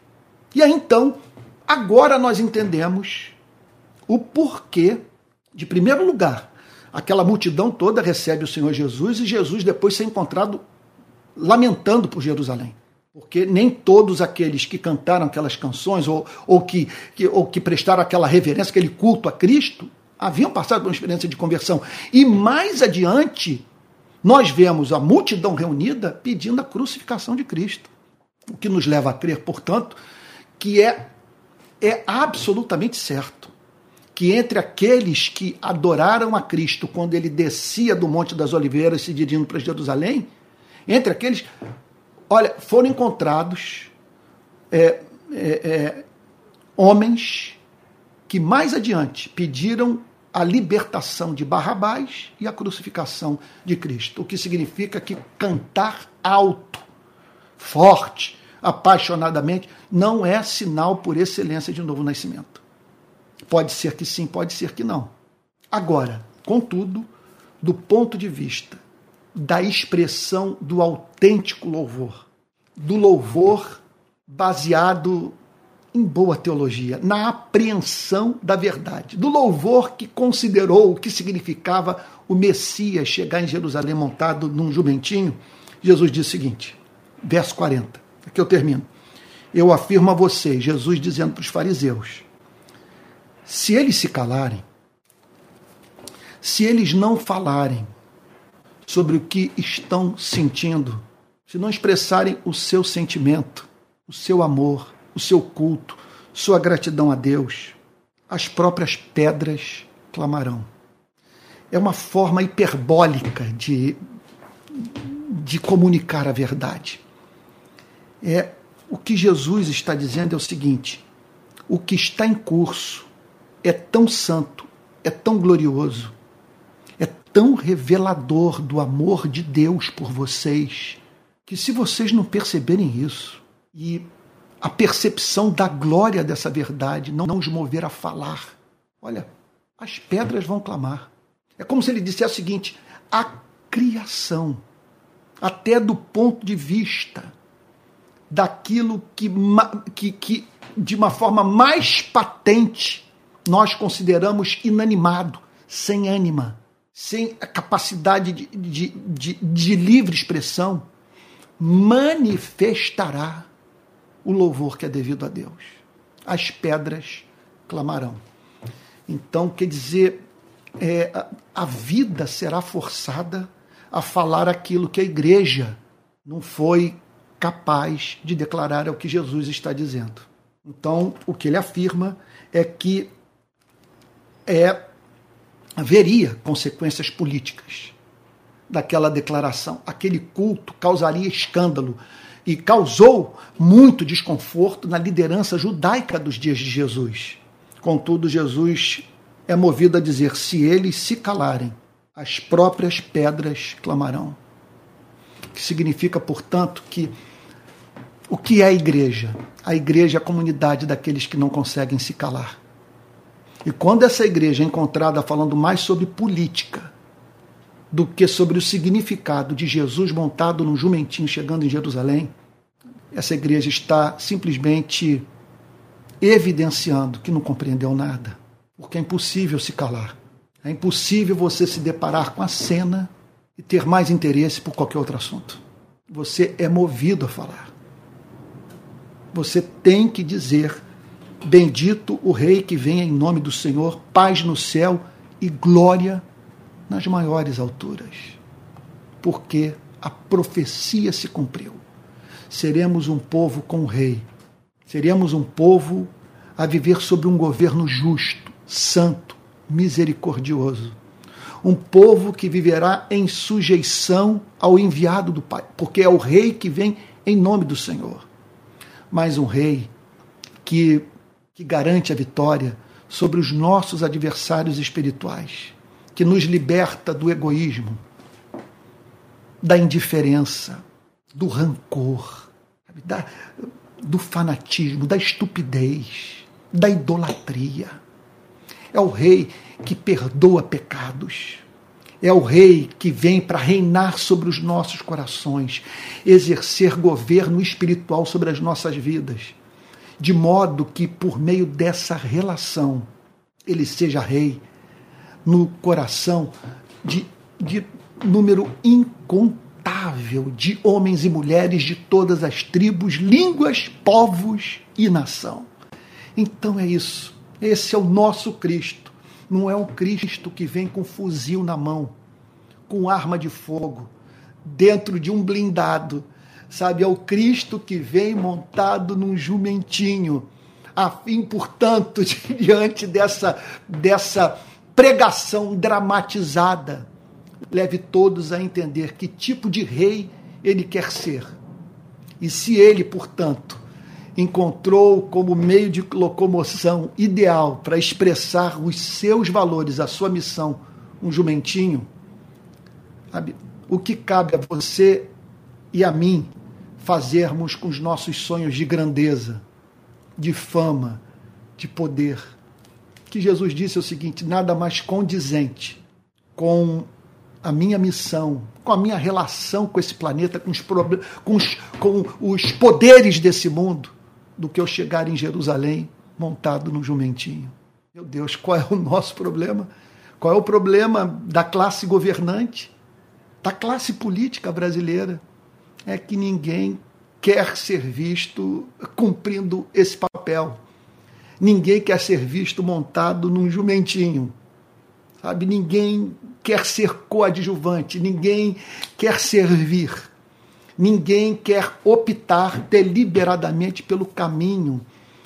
E aí então, agora nós entendemos o porquê, de primeiro lugar, aquela multidão toda recebe o Senhor Jesus e Jesus depois ser encontrado lamentando por Jerusalém. Porque nem todos aqueles que cantaram aquelas canções ou que prestaram aquela reverência, aquele culto a Cristo, haviam passado por uma experiência de conversão. E mais adiante, nós vemos a multidão reunida pedindo a crucificação de Cristo. O que nos leva a crer, portanto, que é absolutamente certo que entre aqueles que adoraram a Cristo quando ele descia do Monte das Oliveiras se dirigindo para Jerusalém, entre aqueles... Olha, foram encontrados homens que mais adiante pediram a libertação de Barrabás e a crucificação de Cristo, o que significa que cantar alto, forte, apaixonadamente, não é sinal por excelência de novo nascimento. Pode ser que sim, pode ser que não. Agora, contudo, do ponto de vista da expressão do autêntico louvor, do louvor baseado em boa teologia, na apreensão da verdade, do louvor que considerou o que significava o Messias chegar em Jerusalém montado num jumentinho. Jesus diz o seguinte, verso 40, aqui eu termino: Eu afirmo a vocês, Jesus dizendo para os fariseus, se eles se calarem, se eles não falarem sobre o que estão sentindo, se não expressarem o seu sentimento, o seu amor, o seu culto, sua gratidão a Deus, as próprias pedras clamarão. É uma forma hiperbólica de comunicar a verdade. O que Jesus está dizendo é o seguinte: o que está em curso é tão santo, é tão glorioso, é tão revelador do amor de Deus por vocês, que se vocês não perceberem isso, e a percepção da glória dessa verdade não os mover a falar, olha, as pedras vão clamar. É como se ele dissesse o seguinte: a criação, até do ponto de vista daquilo que de uma forma mais patente nós consideramos inanimado, sem ânima, sem a capacidade de livre expressão, manifestará o louvor que é devido a Deus. As pedras clamarão. Então, quer dizer, a vida será forçada a falar aquilo que a igreja não foi capaz de declarar, é o que Jesus está dizendo. Então, o que ele afirma é que haveria consequências políticas daquela declaração. Aquele culto causaria escândalo e causou muito desconforto na liderança judaica dos dias de Jesus. Contudo, Jesus é movido a dizer: se eles se calarem, as próprias pedras clamarão. Que significa, portanto, que o que é a igreja? A igreja é a comunidade daqueles que não conseguem se calar. E quando essa igreja é encontrada falando mais sobre política do que sobre o significado de Jesus montado num jumentinho chegando em Jerusalém, essa igreja está simplesmente evidenciando que não compreendeu nada. Porque é impossível se calar. É impossível você se deparar com a cena e ter mais interesse por qualquer outro assunto. Você é movido a falar. Você tem que dizer: bendito o Rei que vem em nome do Senhor, paz no céu e glória nas maiores alturas. Porque a profecia se cumpriu. Seremos um povo com o Rei. Seremos um povo a viver sob um governo justo, santo, misericordioso. Um povo que viverá em sujeição ao enviado do Pai, porque é o Rei que vem em nome do Senhor. Mas um Rei que garante a vitória sobre os nossos adversários espirituais, que nos liberta do egoísmo, da indiferença, do rancor, do fanatismo, da estupidez, da idolatria. É o Rei que perdoa pecados. É o Rei que vem para reinar sobre os nossos corações, exercer governo espiritual sobre as nossas vidas, de modo que, por meio dessa relação, ele seja Rei no coração de número incontável de homens e mulheres de todas as tribos, línguas, povos e nação. Então é isso. Esse é o nosso Cristo. Não é um Cristo que vem com fuzil na mão, com arma de fogo, dentro de um blindado. Sabe, é o Cristo que vem montado num jumentinho, a fim, portanto, diante dessa pregação dramatizada, leve todos a entender que tipo de rei ele quer ser. E se ele, portanto, encontrou como meio de locomoção ideal para expressar os seus valores, a sua missão, um jumentinho, sabe, o que cabe a você e a mim fazermos com os nossos sonhos de grandeza, de fama, de poder? Que Jesus disse o seguinte: nada mais condizente com a minha missão, com a minha relação com esse planeta, com os poderes desse mundo, do que eu chegar em Jerusalém montado num jumentinho. Meu Deus, qual é o nosso problema? Qual é o problema da classe governante, da classe política brasileira? É que ninguém quer ser visto cumprindo esse papel. Ninguém quer ser visto montado num jumentinho, sabe? Ninguém quer ser coadjuvante, ninguém quer servir, ninguém quer optar deliberadamente pelo caminho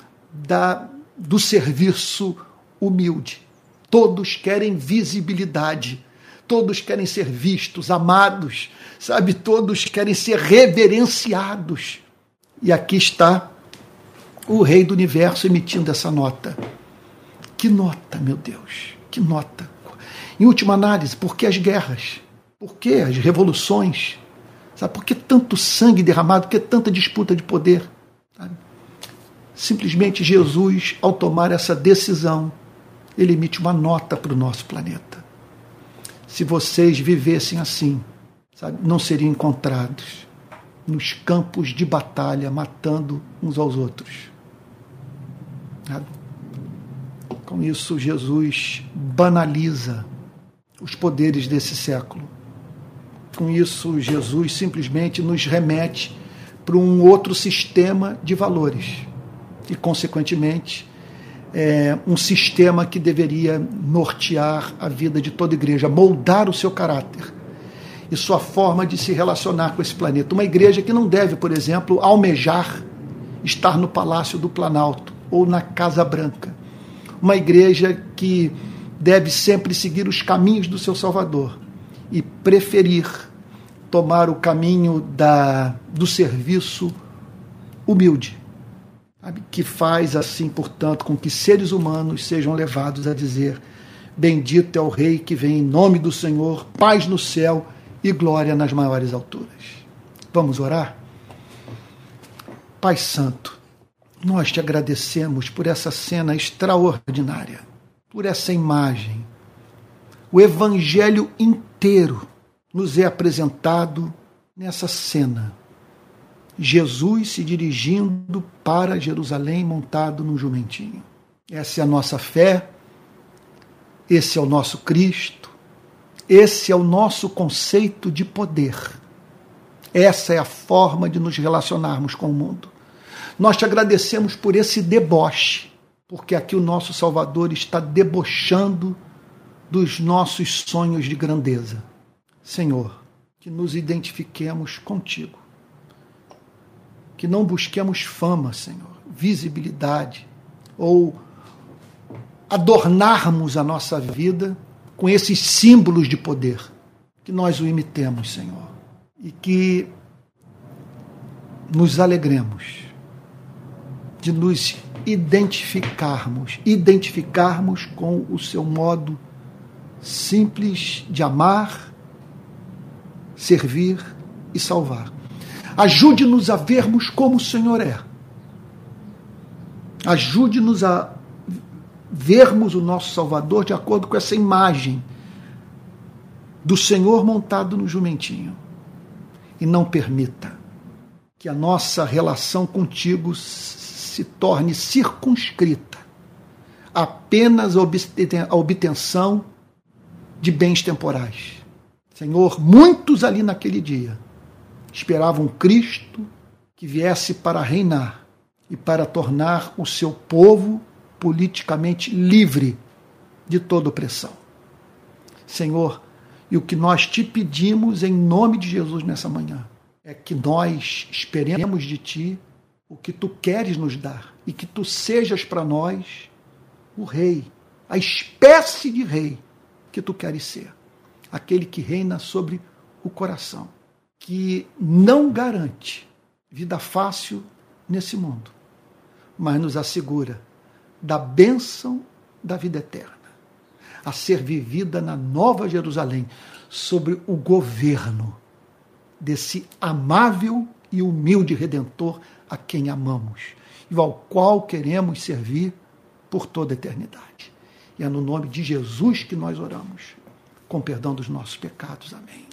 do serviço humilde. Todos querem visibilidade, todos querem ser vistos, amados, sabe? Todos querem ser reverenciados. E aqui está o Rei do Universo emitindo essa nota. Que nota, meu Deus, que nota. Em última análise, por que as guerras? Por que as revoluções? Sabe? Por que tanto sangue derramado? Por que tanta disputa de poder? Sabe? Simplesmente Jesus, ao tomar essa decisão, ele emite uma nota para o nosso planeta. Se vocês vivessem assim, sabe, não seriam encontrados nos campos de batalha, matando uns aos outros. Sabe? Com isso, Jesus banaliza os poderes desse século. Com isso, Jesus simplesmente nos remete para um outro sistema de valores e, consequentemente, um sistema que deveria nortear a vida de toda igreja, moldar o seu caráter e sua forma de se relacionar com esse planeta. Uma igreja que não deve, por exemplo, almejar estar no Palácio do Planalto ou na Casa Branca. Uma igreja que deve sempre seguir os caminhos do seu Salvador e preferir tomar o caminho do serviço humilde, sabe? Que faz assim, portanto, com que seres humanos sejam levados a dizer: bendito é o Rei que vem em nome do Senhor, paz no céu e glória nas maiores alturas. Vamos orar? Pai Santo, nós te agradecemos por essa cena extraordinária, por essa imagem. O Evangelho inteiro nos é apresentado nessa cena. Jesus se dirigindo para Jerusalém montado num jumentinho. Essa é a nossa fé, esse é o nosso Cristo, esse é o nosso conceito de poder. Essa é a forma de nos relacionarmos com o mundo. Nós te agradecemos por esse deboche, porque aqui o nosso Salvador está debochando dos nossos sonhos de grandeza. Senhor, que nos identifiquemos contigo, que não busquemos fama, Senhor, visibilidade, ou adornarmos a nossa vida com esses símbolos de poder, que nós o imitemos, Senhor, e que nos alegremos de nos identificarmos com o seu modo simples de amar, servir e salvar. Ajude-nos a vermos como o Senhor é. Ajude-nos a vermos o nosso Salvador de acordo com essa imagem do Senhor montado no jumentinho. E não permita que a nossa relação contigo se torne circunscrita apenas à obtenção de bens temporais. Senhor, muitos ali naquele dia esperavam Cristo que viesse para reinar e para tornar o seu povo politicamente livre de toda opressão. Senhor, e o que nós te pedimos em nome de Jesus nessa manhã é que nós esperemos de ti o que tu queres nos dar e que tu sejas para nós o rei, a espécie de rei que tu queres ser, aquele que reina sobre o coração, que não garante vida fácil nesse mundo, mas nos assegura da bênção da vida eterna, a ser vivida na Nova Jerusalém, sobre o governo desse amável e humilde Redentor a quem amamos e ao qual queremos servir por toda a eternidade. E é no nome de Jesus que nós oramos, com perdão dos nossos pecados. Amém.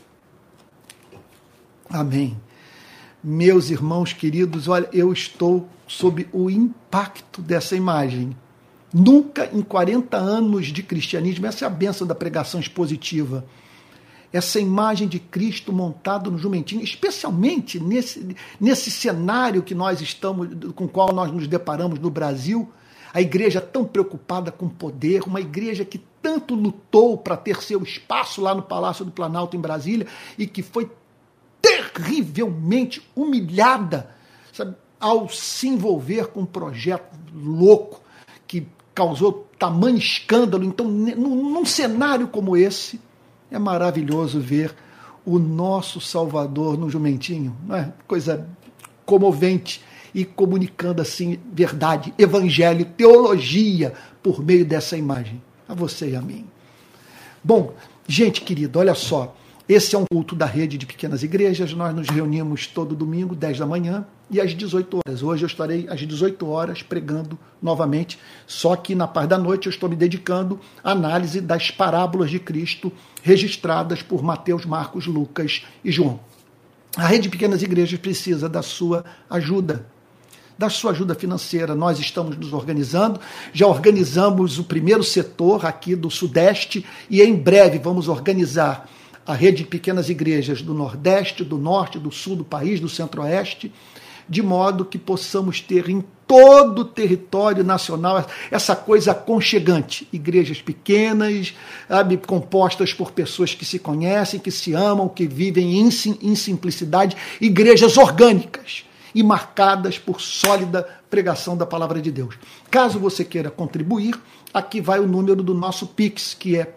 Amém. Meus irmãos queridos, olha, eu estou sob o impacto dessa imagem. Nunca em 40 anos de cristianismo, essa é a bênção da pregação expositiva, essa imagem de Cristo montado no jumentinho, especialmente nesse cenário que nós estamos, com o qual nós nos deparamos no Brasil, a igreja tão preocupada com poder, uma igreja que tanto lutou para ter seu espaço lá no Palácio do Planalto em Brasília e que foi terrivelmente humilhada, sabe, ao se envolver com um projeto louco que causou tamanho escândalo. Então, num cenário como esse, é maravilhoso ver o nosso Salvador no jumentinho, não é? Coisa comovente, e comunicando assim verdade, evangelho, teologia por meio dessa imagem, a você e a mim. Bom, gente querida, olha só, esse é um culto da rede de pequenas igrejas. Nós nos reunimos todo domingo, 10 da manhã e às 18 horas. Hoje eu estarei às 18 horas pregando novamente, só que na parte da noite eu estou me dedicando à análise das parábolas de Cristo registradas por Mateus, Marcos, Lucas e João. A rede de pequenas igrejas precisa da sua ajuda financeira. Nós estamos nos organizando, já organizamos o primeiro setor aqui do Sudeste e em breve vamos organizar a rede de pequenas igrejas do Nordeste, do Norte, do Sul do país, do Centro-Oeste, de modo que possamos ter em todo o território nacional essa coisa aconchegante. Igrejas pequenas, sabe, compostas por pessoas que se conhecem, que se amam, que vivem em simplicidade, igrejas orgânicas e marcadas por sólida pregação da palavra de Deus. Caso você queira contribuir, aqui vai o número do nosso Pix, que é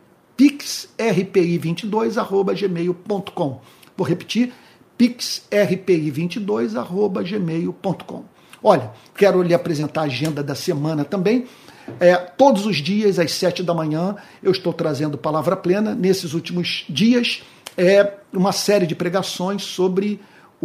pixrpi22@gmail.com. Vou repetir, pixrpi22@gmail.com. Olha, quero lhe apresentar a agenda da semana também. Todos os dias, às 7 da manhã, eu estou trazendo Palavra Plena. Nesses últimos dias, uma série de pregações sobre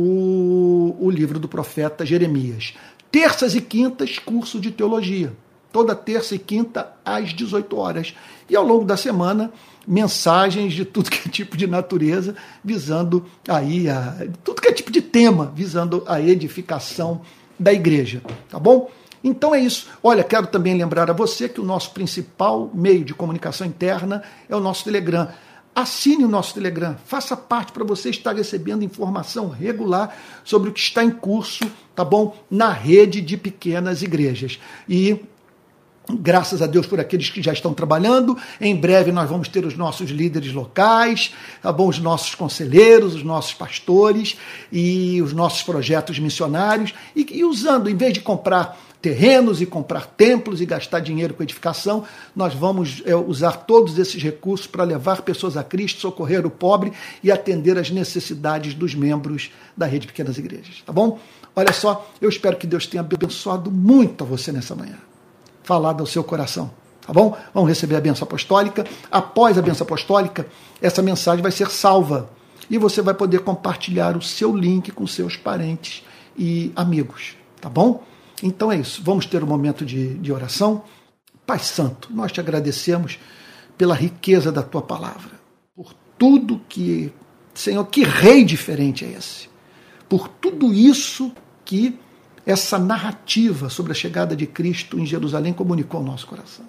o livro do profeta Jeremias. Terças e quintas, curso de teologia. Toda terça e quinta, às 18 horas. E ao longo da semana, mensagens de tudo que é tipo de natureza, visando aí, tudo que é tipo de tema, visando a edificação da igreja. Tá bom? Então é isso. Olha, quero também lembrar a você que o nosso principal meio de comunicação interna é o nosso Telegram. Assine o nosso Telegram, faça parte para você estar recebendo informação regular sobre o que está em curso, tá bom? Na rede de pequenas igrejas. E graças a Deus por aqueles que já estão trabalhando. Em breve nós vamos ter os nossos líderes locais, tá bom? Os nossos conselheiros, os nossos pastores e os nossos projetos missionários. E usando, em vez de comprar terrenos e comprar templos e gastar dinheiro com edificação, nós vamos usar todos esses recursos para levar pessoas a Cristo, socorrer o pobre e atender às necessidades dos membros da rede de pequenas igrejas. Tá bom? Olha só, eu espero que Deus tenha abençoado muito a você nessa manhã. Falado ao seu coração, tá bom? Vamos receber a bênção apostólica. Após a bênção apostólica, essa mensagem vai ser salva e você vai poder compartilhar o seu link com seus parentes e amigos, tá bom? Então é isso, vamos ter um momento de oração. Pai Santo, nós te agradecemos pela riqueza da tua palavra, por tudo que, Senhor, que rei diferente é esse, por tudo isso que essa narrativa sobre a chegada de Cristo em Jerusalém comunicou ao nosso coração.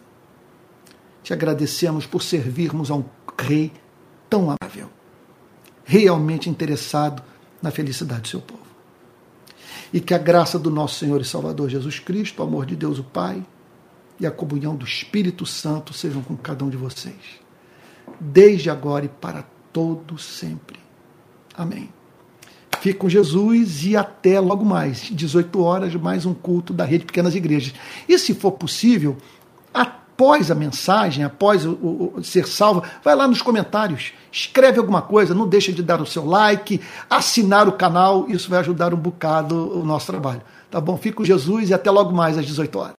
Te agradecemos por servirmos a um rei tão amável, realmente interessado na felicidade do seu povo. E que a graça do nosso Senhor e Salvador Jesus Cristo, o amor de Deus o Pai e a comunhão do Espírito Santo sejam com cada um de vocês, desde agora e para todo sempre. Amém. Fique com Jesus e até logo mais, 18 horas, mais um culto da Rede Pequenas Igrejas. E se for possível, após a mensagem, após o ser salvo, vai lá nos comentários, escreve alguma coisa, não deixa de dar o seu like, assinar o canal, isso vai ajudar um bocado o nosso trabalho. Tá bom? Fique com Jesus e até logo mais às 18 horas.